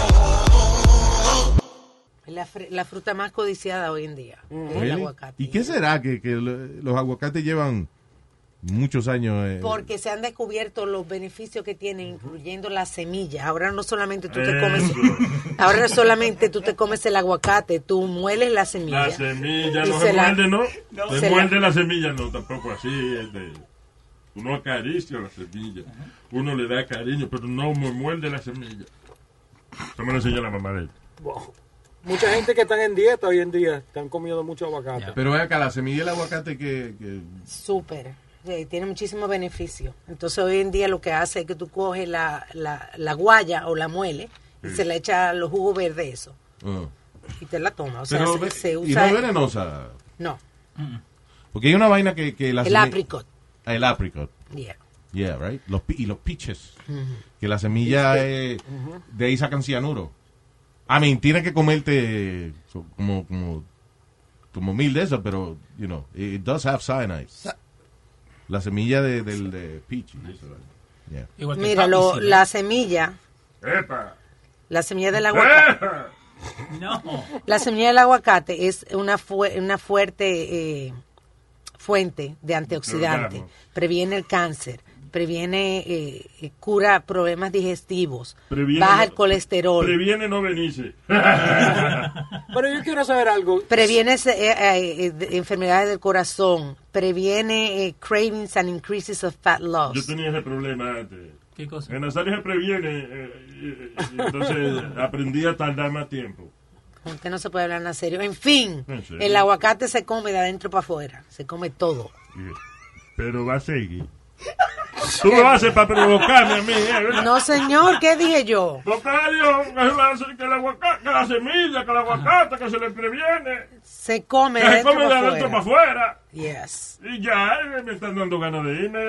La, fr- la fruta más codiciada hoy en día es el Really? aguacate. ¿Y qué será que, que lo- los aguacates llevan muchos años? Eh, Porque se han descubierto los beneficios que tienen, incluyendo la semilla. Ahora no solamente tú te Eso. comes, ahora no solamente tú te comes el aguacate, tú mueles la semilla. La semilla Y no se se la- muerde, ¿no? No. Se Se muerde la- la semilla, no, tampoco así. Es de, uno acaricia la semilla. Uno le da cariño, pero no mu- muerde la semilla. Eso me lo enseñó la mamá de él. Wow. Mucha gente que están en dieta hoy en día están comiendo mucho aguacate. Pero es acá la semilla del aguacate que... que Súper. Sí, tiene muchísimos beneficios. Entonces hoy en día lo que hace es que tú coges la, la, la guaya o la muele y Sí. se le echa los jugos verdes eso. oh. Y te la tomas. O sea, Pero, se, ve- se y no usa... es venenosa. No, Porque hay una vaina que... que la el semi- apricot. Ah, el apricot. Yeah. Yeah, right. Los, pi- y los peaches. Ujú. Que la semilla es... De ahí sacan cianuro. I mean, tienes que comerte so- como, como, como mil de esos, pero, you know, it does have cyanide. La semilla de, del de peach. y eso, yeah. Igual que Mira, el lo, papi, sí, la semilla, ¡Epa! la semilla del aguacate, ¡Epa! No. la semilla del aguacate es una, fue- una fuerte eh, fuente de antioxidantes. Programa. Previene el cáncer, previene, eh, eh, cura problemas digestivos, Previene baja no- el colesterol, Previene no venirse. Pero yo quiero saber algo. previene eh, eh, eh, de- enfermedades del corazón, previene eh, cravings and increases of fat Yo loss. tenía ese problema antes. ¿Qué cosa? En Nazario se previene, eh, y- y- y entonces aprendí a tardar más tiempo. Con usted no se puede hablar en serio. En fin, ¿En serio? el aguacate se come de adentro para afuera, se come todo. Pero va a seguir. Tú lo haces para provocarme a mí, ¿eh? ¿verdad? No, señor, ¿qué dije yo? Porque Dios, que la, que el aguacate, que la semilla, que el aguacate, que se le previene. Se come de Que se adentro come de para adentro para afuera. afuera. Yes. Y ya, eh, me están dando ganas de irme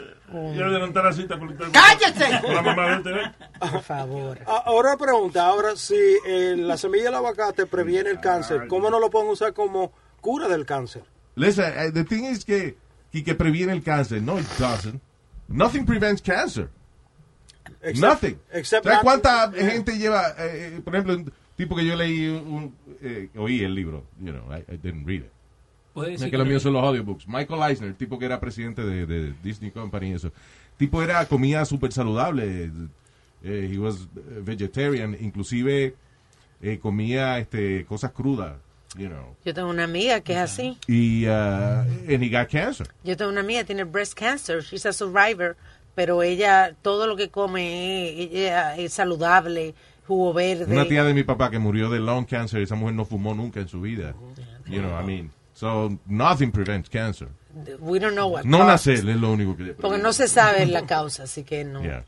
y adelantar la cita con usted. ¡Cállate! Con la mamá de este, ¿eh? Por favor. Ah, Ahora pregunta, ahora si eh, la semilla del aguacate previene el cáncer, ¿cómo no lo pueden usar como cura del cáncer? Listen, uh, the thing is que, que, que previene el cáncer. No, it doesn't. Nothing prevents cancer. Except- Nothing. except ¿Sabes not- cuánta yeah. gente lleva, eh, eh, por ejemplo, un tipo que yo leí, un, eh, oí el libro, you know, I, I didn't read it. Puede Es decir que lo que- mío son los audiobooks. Michael Eisner, el tipo que era presidente de, de Disney Company y eso. Tipo era, comía súper saludable. Eh, he was vegetarian. Inclusive eh, comía este, cosas crudas, you know. Yo tengo una amiga que es así. Y, uh, and he got cancer. Yo tengo una amiga que tiene breast cancer. She's a survivor. Pero ella, todo lo que come, ella es saludable, jugo verde. Una tía de mi papá que murió de lung cancer, esa mujer no fumó nunca en su vida. You know, I mean, so nothing prevents cancer. We don't know what No causes. nacer es lo único que le Porque no se sabe la causa, así que no. Yeah.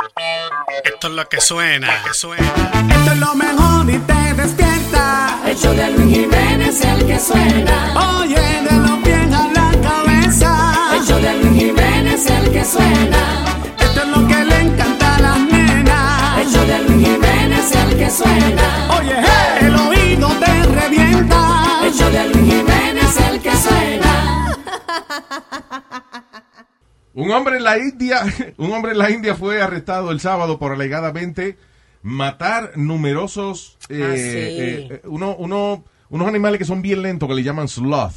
Esto es lo que suena, que suena. Esto es lo mejor y te despierta. El show de Luis Jiménez es el que suena. Oye, de los pies a la cabeza. El show de Luis Jiménez es el que suena. Esto es lo que le encanta a las nenas. El show de Luis Jiménez es el que suena. Oye, hey, el oído te revienta. El show de Luis Jiménez es el que suena. Un hombre en la India, un hombre en la India fue arrestado el sábado por alegadamente matar numerosos eh, Ah, sí. eh, eh, uno, uno, unos animales que son bien lentos que le llaman sloth.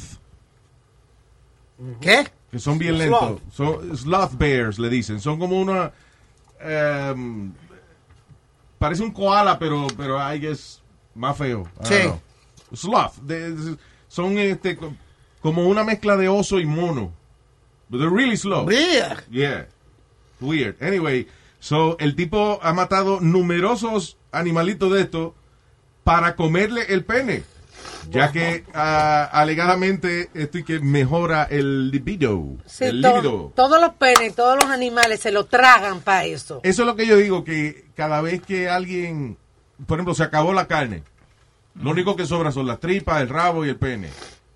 ¿Qué? Que son bien lentos. Son sloth bears le dicen. Son como una em, parece un koala pero pero I guess más feo. I Sí. don't know. Sloth. De- de- son este co- como una mezcla de oso y mono. But they're really slow. Weird. Yeah. Weird. Anyway, so el tipo ha matado numerosos animalitos de estos para comerle el pene. Ya que ah, alegadamente esto y que mejora el libido. Sí, el to- libido. todos los penes, todos los animales se lo tragan para eso. Eso es lo que yo digo, que cada vez que alguien, por ejemplo, se acabó la carne, lo único que sobra son las tripas, el rabo y el pene.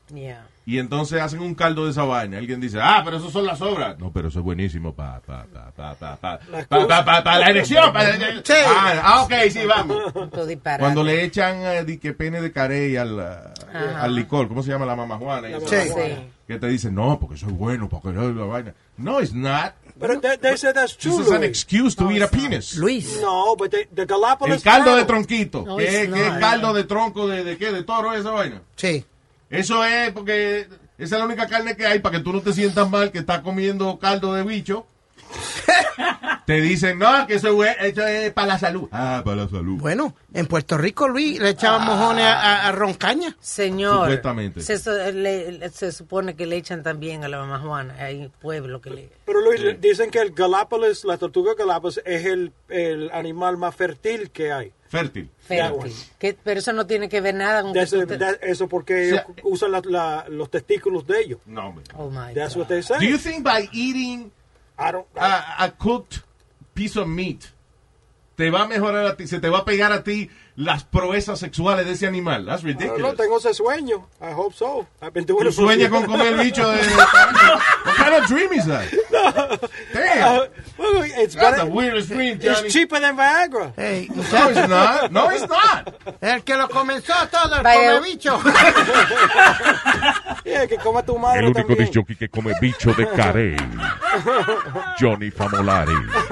Yeah. Y entonces hacen un caldo de esa vaina. Alguien dice, ah, pero eso son las sobras. No, pero eso es buenísimo para pa, pa, pa, pa, pa, pa, pa, pa, pa la erección. Pa, sí. ah, ah, ok, sí, vamos. Cuando le echan uh, di que pene de carey al, uh, al licor, ¿cómo se llama la mamá Juana? La sí. sí. Que te dicen, no, porque eso es bueno, porque no es la vaina. No, it's not. But they, they said that's true. This is an excuse to no, eat a penis. Luis. No, but they, the Galapagos. El caldo de tronquito. No, ¿Qué es no, caldo de tronco de, de qué? ¿De toro esa vaina? Sí. Eso es porque esa es la única carne que hay para que tú no te sientas mal que estás comiendo caldo de bicho. Te dicen, no, que eso es, eso es para la salud. Ah, para la salud. Bueno, en Puerto Rico, Luis, le echaban ah. mojones a, a, a roncaña. Señor. Supuestamente. Se, le, se supone que le echan también a la mamá Juana. Hay pueblo que le... Pero Luis, sí. dicen que el Galápagos, la tortuga Galápagos, es el, el animal más fértil que hay. Fértil. Fértil. Que, pero eso no tiene que ver nada con... Eso, usted... that, eso porque o sea, ellos usan la, la, los testículos de ellos. No, hombre. Oh, my That's God. what they say. Do you think by eating I don't, I, a, a cooked piece of meat te va a mejorar a ti, se te va a pegar a ti las proezas sexuales de ese animal? That's ridiculous. No, no tengo ese sueño. I hope so. I've been doing ¿Tú it for sueñas years. con comer el bicho de... What kind of dream is that? No. Damn. Uh, well, it's That's better. the weirdest dream, Johnny. It's cheaper than Viagra. Hey, no, it's not. No, it's not. El que lo comenzó todo, el come bicho. Yeah, que come tu madre El único también. disc jockey que come bicho de carey. Johnny Famolari.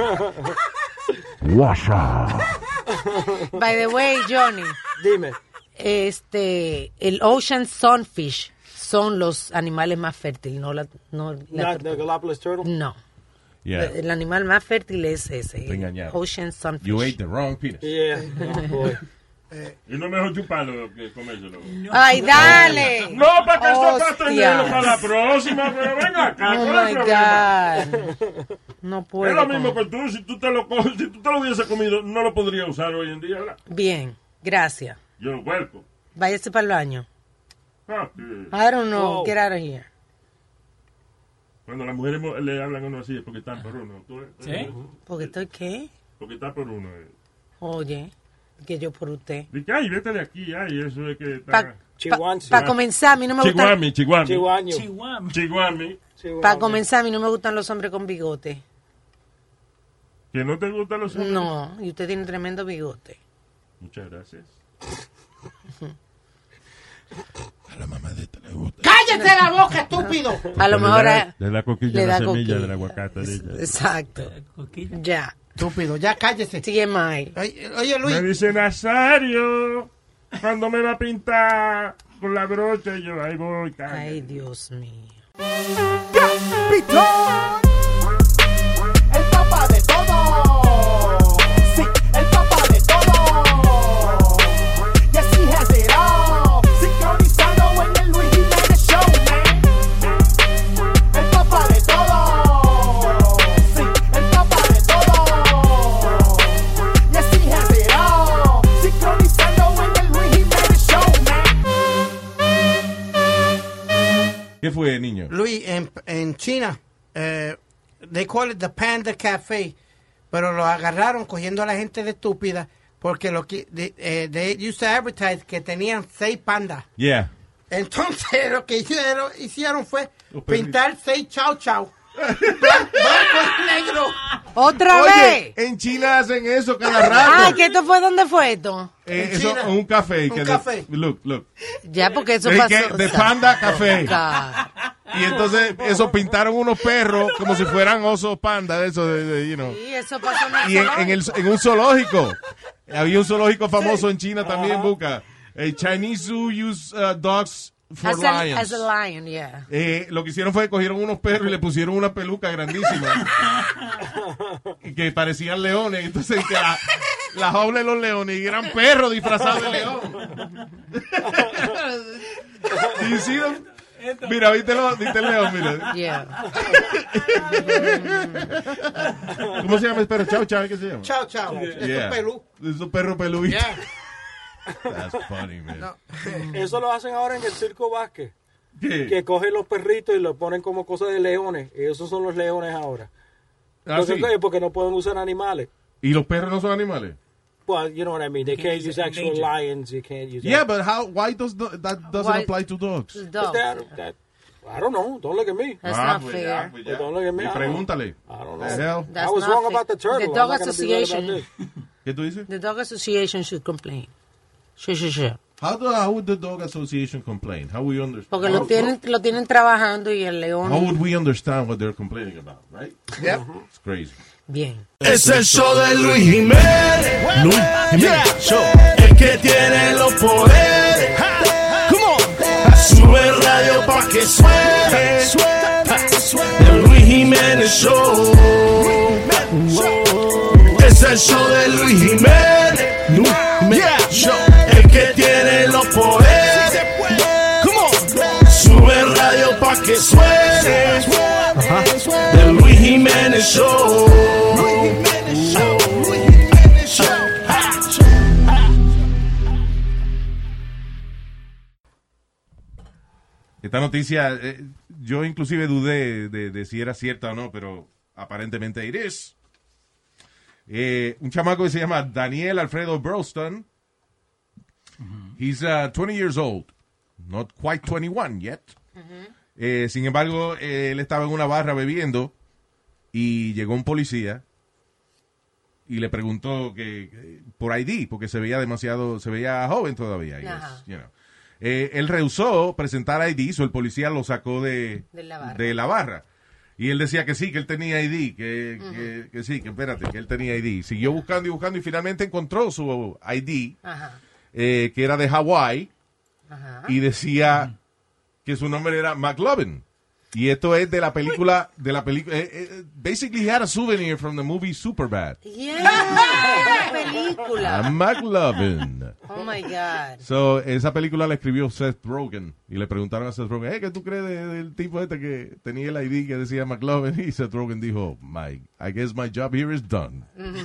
WhatsApp. By the way, Johnny. Dime. Este, el Ocean Sunfish son los animales más fértiles, no la... No, la Not the Galapagos turtle? No. Yeah. El animal más fértil es ese. Te engañaron. Ocean Sunfish. You ate the wrong penis. Yeah. Oh, boy. Eh, y no mejor chuparlo que comérselo. No. ¡Ay, dale! No, para que eso para tenerlo para la próxima, pero venga acá. Oh, ¿cuál my es el problema? God. No puedo. Es lo mismo comer. que tú, si tú te lo coges, si tú te lo hubieses comido, no lo podrías usar hoy en día, ¿verdad? Bien, gracias. Yo vuelco. Váyase para el baño. Ah, sí. I don't know. Wow. Get out of here. Cuando las mujeres mo- le hablan a uno así es porque están por uno. ¿Tú, ¿Sí? eh, ¿Porque estoy qué? Porque está por uno. Eh. Oye, que yo por usted. Dice, ay, vete de aquí, ay, eso es que está... Para Chihuanzi. pa comenzar, a mí no me gustan... Chihuami, chihuami. Chihuaño. Chihuahua. Chihuami. Para comenzar, a mí no me gustan los hombres con bigote. ¿Que no te gustan los hombres? No, y usted tiene tremendo bigote. Muchas gracias. A la mamá de esta le gusta. ¡Cállate la boca, estúpido! A lo mejor... a- De la coquilla, le da la semilla coquilla. del aguacate. de ella. Exacto. Coquilla. Ya. Estúpido, ya cállese. T M I. Oye, oye, Luis. Me dice Nazario, cuando me va a pintar con la brocha, y yo ahí voy. cállate. Ay, Dios mío. Pitón, el papá de todo. Sí, el papá de todo. Yes, he has it all. Sincronizado en el Luis Jiménez Show, man. El papá de todo. Sí, el papá de todo. Yes, he has it all. Sincronizado en el Luis Jiménez Show, man. ¿Qué fue, niño? Luis, en, en China, eh, they call it the Panda Café, pero lo agarraron cogiendo a la gente de estúpida porque lo que they, eh, they used to advertise que tenían seis pandas. Yeah. Entonces lo que hicieron, hicieron fue Los perritos. pintar seis chau chau. Blan- blanco y negro. ¿Otra Oye, vez? en China hacen eso cada rato. Ay, ¿que esto fue? ¿Dónde fue esto? Eh, en eso, China. un café. Un que de- café. look, look. Ya, porque eso Es pasó. que de o sea, Panda Café. God. Y entonces eso pintaron unos perros como si fueran osos panda, de eso, de, de, you know. Sí, eso pasó en el Y en, en, el, zoológico. en un zoológico. Había un zoológico famoso en China también, busca. El Chinese Zoo use uh, dogs for As a, lions. as a lion, yeah. Eh, lo que hicieron fue cogieron unos perros y le pusieron una peluca grandísima y que parecían leones. Entonces que la, la jaula de los leones y eran perros disfrazados de león. ¿Y sí, no? Mira, viste, lo, viste el león, mira. Yeah. ¿Cómo se llama el perro? Chao, chao, ¿qué se llama? Chau chau. Es Yeah. un pelú. Es un perro peludito. Yeah. That's funny, man. No. Eso lo hacen ahora en el Circo Vázquez. ¿Qué? Que cogen los perritos y los ponen como cosas de leones. Y esos son los leones ahora. Ah, Porque, sí. porque no pueden usar animales. ¿Y los perros no son animales? Well, you know what I mean. They You can't can't use use actual endangered. lions. You can't use. Yeah, but how? Why does the, that doesn't Why- apply to dogs? The Is dog. that, that, I don't know. Don't look at me. That's Ah, not pues fair. ya, pues ya. Don't look at me. Y I don't know. pregúntale. I don't The know. hell? That's I was not wrong fair. about the turtle. The I'm dog not gonna be right association. about this. ¿Qué tú dices? The dog association should complain. Sure, sure, sure. How, do, how would the dog association complain? How we understand? Porque lo tienen, lo tienen trabajando y el león. How would we understand what they're complaining about, right? Yep. It's crazy. Bien. Es el show de Luis Jiménez. Luis Jiménez Show. El que tiene los poderes. Come on. Sube el radio pa' que suene. El Luis Jiménez Show. Es el show de Luis Jiménez. Luis Jiménez Show. El que tiene los poderes. Come on. Sube el radio pa' que suene. The Luis Jiménez Show. Esta noticia, eh, yo inclusive dudé de, de si era cierta o no, pero aparentemente it is. Eh, un chamaco que se llama Daniel Alfredo Burlston. He's uh, twenty years old. Not quite twenty-one yet. Eh, sin embargo, eh, él estaba en una barra bebiendo y llegó un policía y le preguntó que, que por I D, porque se veía demasiado, se veía joven todavía. I guess, Ajá. you know. Eh, él rehusó presentar I D, so el policía lo sacó de, De la barra. de la barra. Y él decía que sí, que él tenía I D, que, que, que sí, que espérate, que él tenía I D. Siguió buscando y buscando y finalmente encontró su I D, Ajá. eh, que era de Hawái, Ajá. y decía que su nombre era McLovin. Y esto es de la película, de la película, eh, eh, basically he had a souvenir from the movie Superbad. Yeah, esa película. A McLovin. Oh my God. So, esa película la escribió Seth Rogen. Y le preguntaron a Seth Rogen, hey, ¿qué tú crees de- del tipo este que tenía el I D que decía McLovin? Y Seth Rogen dijo, my, I guess my job here is done.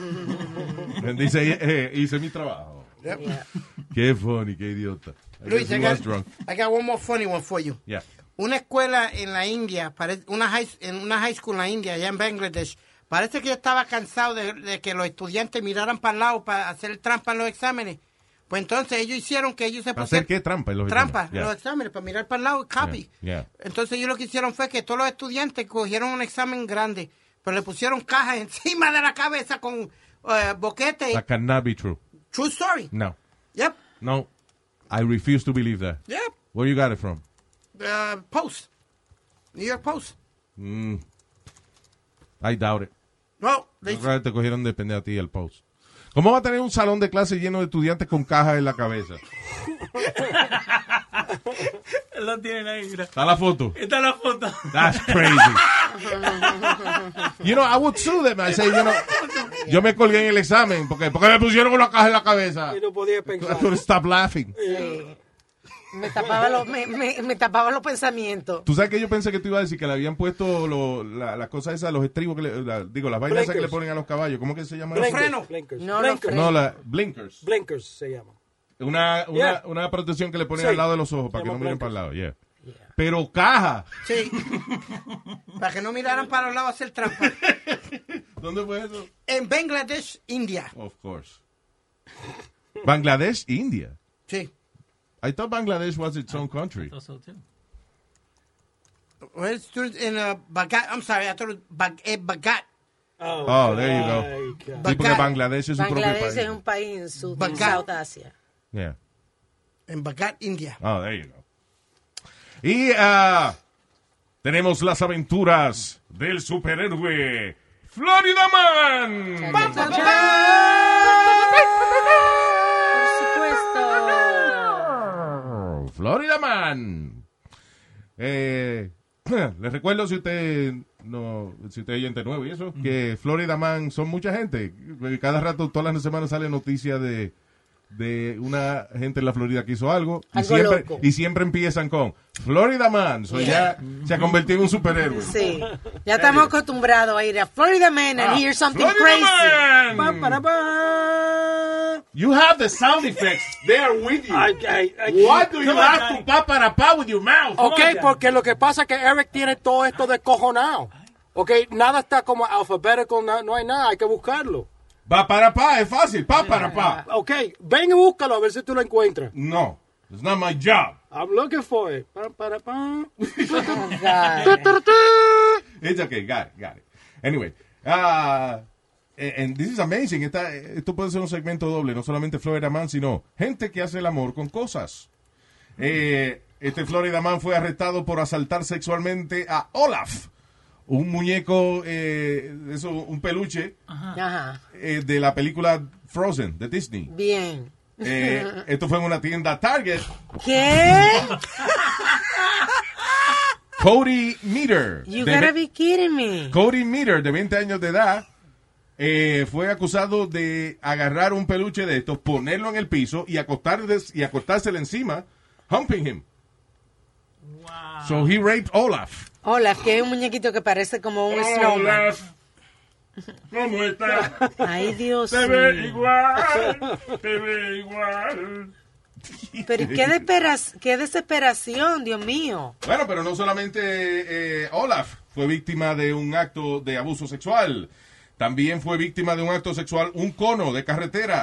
Él dice, eh, eh, hice mi trabajo. Yep. Yeah. Qué funny, qué idiota. I Luis, guess I he was got, drunk. I got one more funny one for you. Yeah. Una escuela en la India, pare- una high, en una high school en la India, allá en Bangladesh, parece que yo estaba cansado de, de que los estudiantes miraran para el lado para hacer trampa en los exámenes. Pues entonces ellos hicieron que ellos se ¿Para hacer pusieran... qué trampa en los Trampa exámenes? en los Yeah. exámenes, para mirar para el lado, copy. Yeah, yeah. Entonces ellos lo que hicieron fue que todos los estudiantes cogieron un examen grande, pero le pusieron cajas encima de la cabeza con eh, boquete. That cannot be true. True story. No. Yep. No. I refuse to believe that. Yep. Where you got it from? Uh, Post. New York Post. Mm. I doubt it. No, they, Yo creo que te cogieron de pendejo a ti el post. ¿Cómo va a tener un salón de clase lleno de estudiantes con cajas en la cabeza? Lo tienen ahí, mira. ¿Está la foto? Está la foto. That's crazy. You know, I would sue them. I say, you know, yo me colgué en el examen porque, porque me pusieron una caja en la cabeza. Y no podía I pensar. couldn't stop laughing. Sí. Me tapaba los, me, me, me tapaba los pensamientos. Tú sabes que yo pensé que tú ibas a decir que le habían puesto lo, la, las cosas esas, los estribos, que le, la- digo, las vainas esas que le Blinkers. ponen a los caballos. ¿Cómo que se llama? Los eso? frenos. Blinkers. No, los Blinkers. frenos. No, la blinkers. Blinkers se llama. Una, una, Yeah. una protección que le ponen Sí. al lado de los ojos para Se que no llama miren para blinkers. el lado. Yeah. Pero caja. Sí. Para que no miraran para los lados a hacer trampa. ¿Dónde fue eso? En Bangladesh, India. Of course. Bangladesh, India. Sí. I thought Bangladesh was its own country. Also, too. Well, it's in uh, Bagat. I'm sorry, I thought it was Bag eh, Bagat. Oh, Oh, there you go. my God. Sí, porque Bagat. Bangladesh es su propio Bangladesh país. es un país en Sud- en Bagat. South Asia. Yeah. En Bagat, India. Oh, there you go. Y ah, tenemos las aventuras del superhéroe Florida Man. Por supuesto. Florida Man. Eh, les recuerdo, si usted no, si usted es oyente nuevo y eso, que Florida Man son mucha gente. Cada rato, todas las semanas sale noticia de, de una gente en la Florida que hizo algo. Y Algo siempre, loco. y siempre empiezan con Florida Man. So ya se ha convertido en un superhéroe. Sí. Ya estamos acostumbrados a ir a Florida Man and Ah, hear something Florida crazy. Man. Pa, para, pa. You have the sound effects there with you. I, I, I, What do you Come on, have Johnny. to pa para pa with your mouth? Ok, Come on, porque lo que pasa es que Eric tiene todo esto descojonado. Ok, nada está como alphabetical, no, no hay nada, hay que buscarlo. Va para pa, es fácil. Pa para pa. Ok, ven y búscalo a ver si tú lo encuentras. No, it's not my job. I'm looking for it. Pa, para, pa. It's okay, got it, got it. Anyway, uh, and this is amazing. Esta, esto puede ser un segmento doble, no solamente Florida Man, sino gente que hace el amor con cosas. Eh, este Florida Man fue arrestado por asaltar sexualmente a Olaf, un muñeco, eh, eso, un peluche Ajá. eh, de la película Frozen de Disney. Bien. Eh, esto fue en una tienda Target. ¿Qué? Cody Meter. You de gotta ve- be kidding me. Cody Meter, de veinte años de edad, eh, fue acusado de agarrar un peluche de estos, ponerlo en el piso y, acostarles, y acostárselo encima, humping him. Wow. So he raped Olaf. Hola, que es un muñequito que parece como un snowman. Olaf, ¿cómo estás? Ay, Dios Te ve mío. igual, te ve igual. Pero qué, desperas- qué desesperación, Dios mío. Bueno, pero no solamente eh, Olaf fue víctima de un acto de abuso sexual. También fue víctima de un acto sexual un cono de carretera.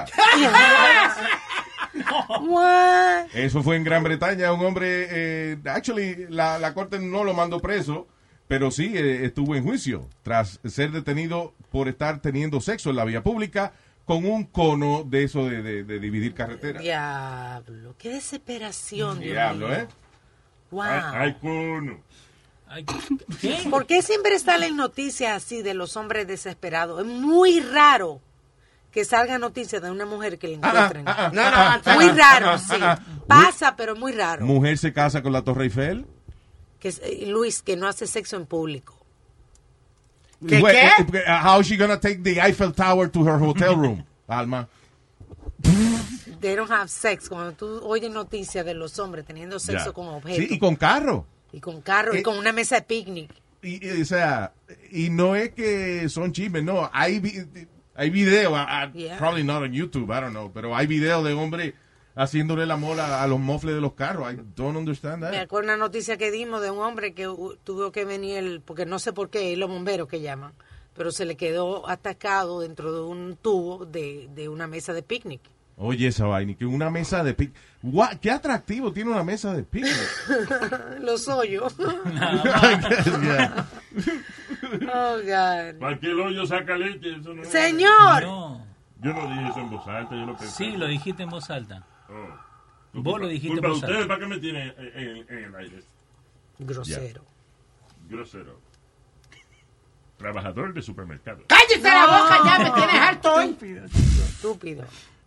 What? Eso fue en Gran Bretaña. Un hombre, eh, actually, la, la corte no lo mandó preso, pero sí eh, estuvo en juicio tras ser detenido por estar teniendo sexo en la vía pública con un cono de eso de, de, de dividir carretera. Diablo, qué desesperación, Dios Diablo, mío. ¿eh? Wow. Ay, ay, cono. ¿Qué? ¿Por qué siempre salen noticias así de los hombres desesperados? Es muy raro que salga noticias de una mujer que le encuentren. ah, ah, no, ah, no, ah, muy ah, raro, ah, sí. ah, ah. Pasa, pero muy raro. Mujer se casa con la Torre Eiffel. Que es- eh, Luis, que no hace sexo en público. ¿Qué, Well, qué? eh, eh, How is she gonna take the Eiffel Tower to her hotel room, Alma? They don't have sex. Cuando tú oyes noticias de los hombres teniendo sexo Ya. con objetos. Sí, y con carro. Y con carro, y Eh, con una mesa de picnic. Y, y, o sea, y no es que son chismes, no. Hay, vi- hay video, I- I- Yeah. probably not on YouTube, I don't know, pero hay video de hombres haciéndole el amor a, a los mofles de los carros. I don't understand Me that. acuerdo una noticia que dimos de un hombre que uh, tuvo que venir, el- porque no sé por qué, los bomberos que llaman, pero se le quedó atacado dentro de un tubo de, de una mesa de picnic. Oye, esa vaina, que una mesa de picnic. Gua- ¿Qué atractivo tiene una mesa de picnic? Los hoyos. Yeah. Oh, God. Cualquier hoyo saca leche. Eso no es- Señor. No. Yo no dije eso en voz alta, yo lo pensé. Sí, lo dijiste en voz alta. Oh. Vos lo dijiste en Culpa de voz ustedes, alta. ¿para qué me tienen en, en- en el aire? Grosero. Grosero. Trabajador de supermercado. ¡Cállese la boca ya! Me tienes harto hoy. Estúpido.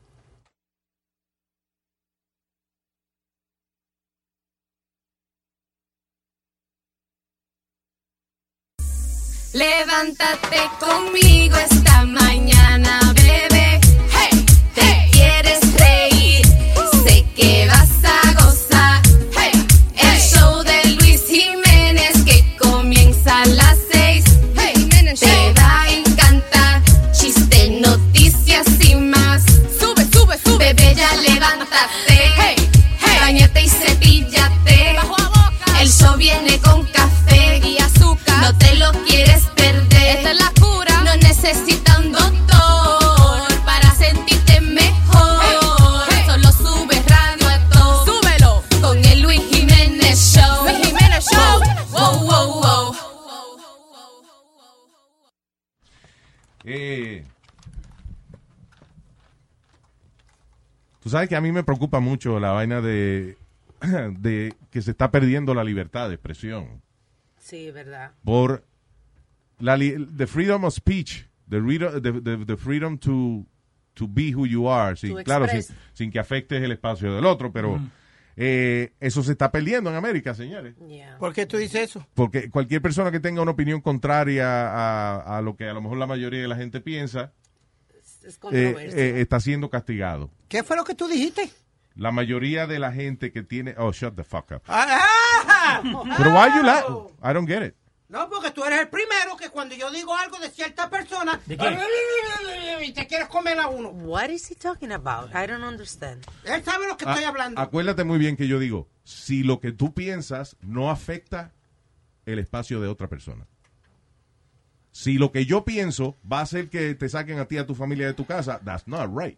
Levántate conmigo esta mañana, bebé. Hey, te quieres reír, sé que vas a gozar. Hey, el show de Luis Jiménez que comienza a las seis. Hey, te va a encantar. Chiste, noticias y más. Sube, sube, sube. Bebé, ya levántate. Hey, hey, bañate y cepíllate. Bajo a boca. El show viene con café y azúcar. No te lo quieres perder. Esta es la cura. No necesita un doctor para sentirte mejor. Hey, hey. Solo sube radio a todo. Súbelo con el Luis Jiménez Show. Luis Jiménez Show. Wow, wow, wow. Eh, tú sabes que a mí me preocupa mucho la vaina de, de que se está perdiendo la libertad de expresión Sí, verdad. por la li- the freedom of speech, the, reader- the, the- the freedom to, to be who you are, sí, To claro, sin, express. sin que afectes el espacio del otro, pero eh, eso se está perdiendo en América, señores. ¿Por qué tú dices eso? Porque cualquier persona que tenga una opinión contraria a, a lo que a lo mejor la mayoría de la gente piensa, Es eh, controversia. eh, está siendo castigado. ¿Qué fue lo que tú dijiste? La mayoría de la gente que tiene... Oh, shut the fuck up. ¡Ah! Pero why you laugh? I don't get it. No, porque tú eres el primero que cuando yo digo algo de cierta persona... ¿De qué? Y te quieres comer a uno. What is he talking about? I don't understand. Él sabe lo que estoy Ah, hablando. Acuérdate muy bien que yo digo, si lo que tú piensas no afecta el espacio de otra persona. Si lo que yo pienso va a hacer que te saquen a ti y a tu familia de tu casa, that's not right.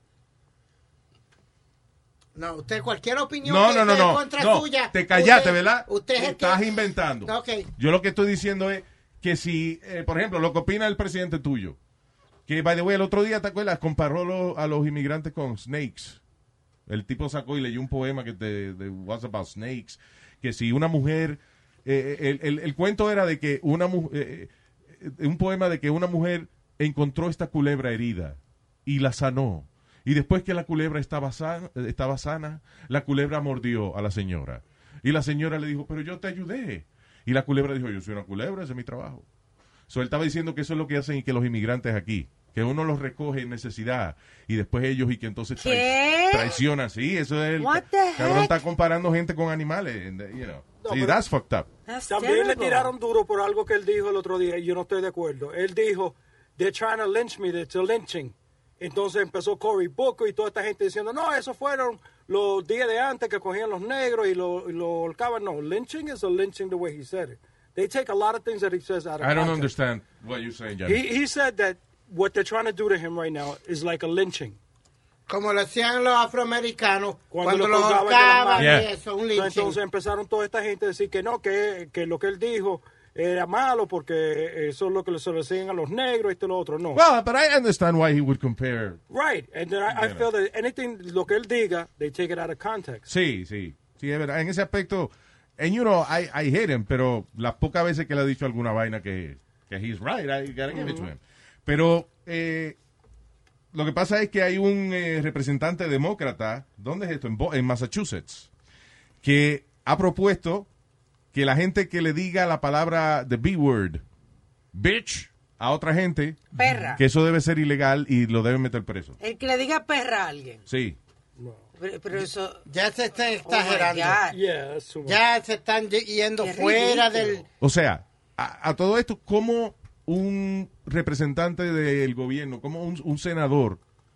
No, usted cualquier opinión No, que no, no, esté no. contra no. suya. Te callaste, usted- ¿verdad? Usted es el que- Estás inventando. Ok. Yo lo que estoy diciendo es que si, eh, por ejemplo, lo que opina el presidente tuyo, que, by the way, el otro día, ¿te acuerdas? Comparó lo- a los inmigrantes con snakes. El tipo sacó y leyó un poema que te, de was about snakes, que si una mujer, eh, el, el, el cuento era de que una mujer, eh, un poema de que una mujer encontró esta culebra herida y la sanó. Y después que la culebra estaba sana, estaba sana, la culebra mordió a la señora. Y la señora le dijo, pero yo te ayudé. Y la culebra dijo, yo soy una culebra, ese es mi trabajo. So, él estaba diciendo que eso es lo que hacen y que los inmigrantes aquí, que uno los recoge en necesidad y después ellos y que entonces trai- ¿Qué? traicionan. Sí, eso es el What the cabrón heck? está comparando gente con animales. and, you know. No, sí, pero- that's fucked up. That's También le terrible. tiraron duro por algo que él dijo el otro día y yo no estoy de acuerdo. Él dijo, they're trying to lynch me, they're lynching. Entonces empezó Cory Booker y toda esta gente diciendo, no, esos fueron los días de antes que cogían los negros y lo, y lo holcaban. No, lynching is a lynching the way he said it. They take a lot of things that he says out of I don't context. understand what you're saying, Johnny. He, he said that what they're trying to do to him right now is like a lynching. Como lo hacían los afroamericanos cuando, lo los colgaban de las ahorcaban manos. y Yeah. eso, un Entonces, lynching. entonces empezaron toda esta gente a decir que no, que, que lo que él dijo era malo porque eso es lo que se le decían a los negros y esto y lo otro. No. Well, but I understand why he would compare. Right. And then I, I Yeah. feel that anything, lo que él diga, they take it out of context. Sí, sí. Sí, es verdad. En ese aspecto, and you know, I, I hate him, pero las pocas veces que le ha dicho alguna vaina que, que he's right, I gotta give it to him. Pero eh, lo que pasa es que hay un eh, representante demócrata, ¿dónde es esto? En, Bo- en Massachusetts, que ha propuesto que la gente que le diga la palabra the B-word, bitch, a otra gente, Perra. que eso debe ser ilegal y lo deben meter preso. El que le diga perra a alguien. Sí. Pero, pero eso... Ya se está Oh, my exagerando. God. Yeah, that's too much. Ya se están y- yendo Qué fuera ridículo. del... O sea, a, a todo esto, ¿cómo un representante del gobierno, como un, un senador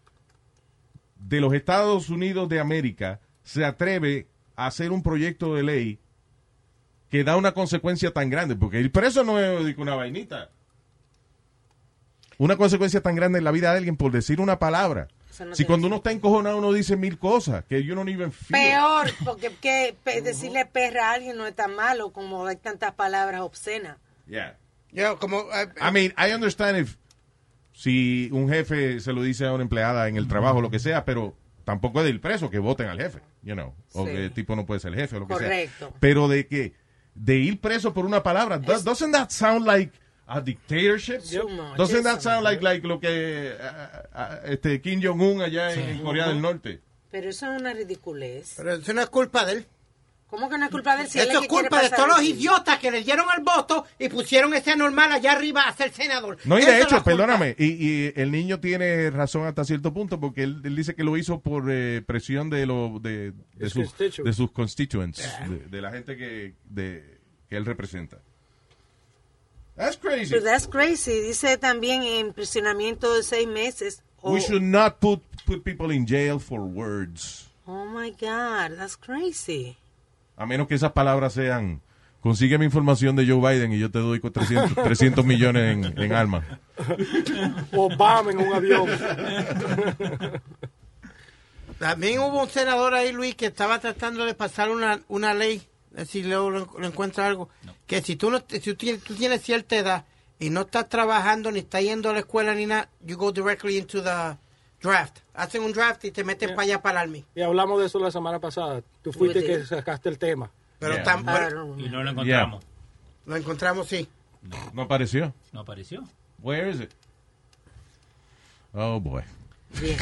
de los Estados Unidos de América se atreve a hacer un proyecto de ley que da una consecuencia tan grande? Porque el preso no es una vainita. Una consecuencia tan grande en la vida de alguien por decir una palabra. Eso no Si tiene cuando uno está encojonado uno dice mil cosas que you don't even feel. Peor, porque que, pe- decirle perra a alguien no es tan malo como hay tantas palabras obscenas. Yeah. Yo, como... eh, I mean, I understand if si un jefe se lo dice a una empleada en el trabajo, lo que sea, pero tampoco es del preso que voten al jefe, you know, o Sí. que el tipo no puede ser el jefe o lo que Correcto. sea. Pero de que de ir preso por una palabra, do- doesn't that sound like a dictatorship? Too much, Doesn't that eso. sound like like lo que uh, uh, este Kim Jong Un allá en, en Corea del Norte? Pero eso es una ridiculez. Pero eso no es culpa de él. ¿Cómo que no es culpa de él? Si él Eso es es que quiere culpa de pasar todos los aquí? idiotas que le dieron el voto y pusieron ese anormal allá arriba a ser senador. No, y Esa de es hecho, la culpa. perdóname, y, y el niño tiene razón hasta cierto punto porque él, él dice que lo hizo por eh, presión de, lo, de, de, His sus, constituents. de sus constituents, de, de la gente que, de, que él representa. That's crazy. But that's crazy. Dice también impresionamiento de seis meses. Oh, We should not put, put people in jail for words. oh my God, that's crazy. A menos que esas palabras sean, consígueme información de Joe Biden y yo te doy con trescientos, trescientos millones en, en armas. Obama en un avión. También hubo un senador ahí, Luis, que estaba tratando de pasar una, una ley, si luego lo, lo encuentra algo, que si tú no si tú tienes, tú tienes cierta edad y no estás trabajando ni estás yendo a la escuela ni nada, you go directly into the draft. Hacen un draft y te meten para allá para el Army. Y hablamos de eso la semana pasada. Tú fuiste We que did. sacaste el tema. Pero Yeah. tan- I pero don't know. Y no lo encontramos. lo encontramos, sí. ¿No apareció? No apareció. Where is it? Oh, boy. Bien.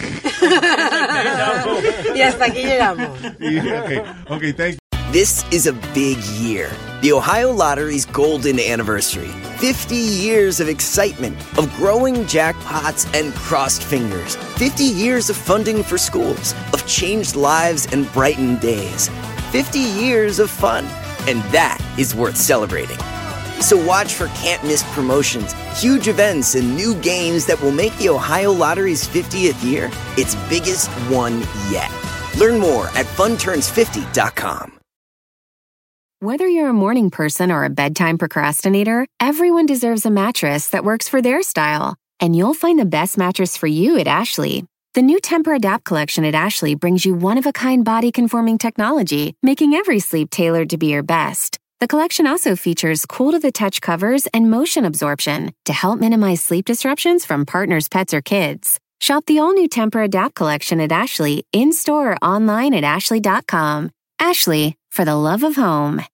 Y hasta aquí llegamos. okay, okay, thank you. This is a big year. The Ohio Lottery's golden anniversary. fifty years of excitement, of growing jackpots and crossed fingers. fifty years of funding for schools, of changed lives and brightened days. fifty years of fun. And that is worth celebrating. So watch for can't-miss promotions, huge events, and new games that will make the Ohio Lottery's fiftieth year its biggest one yet. Learn more at fun turns fifty dot com. Whether you're a morning person or a bedtime procrastinator, everyone deserves a mattress that works for their style. And you'll find the best mattress for you at Ashley. The new Temper-Adapt collection at Ashley brings you one-of-a-kind body-conforming technology, making every sleep tailored to be your best. The collection also features cool-to-the-touch covers and motion absorption to help minimize sleep disruptions from partners, pets, or kids. Shop the all-new Temper-Adapt collection at Ashley, in-store or online at ashley dot com. Ashley, for the love of home.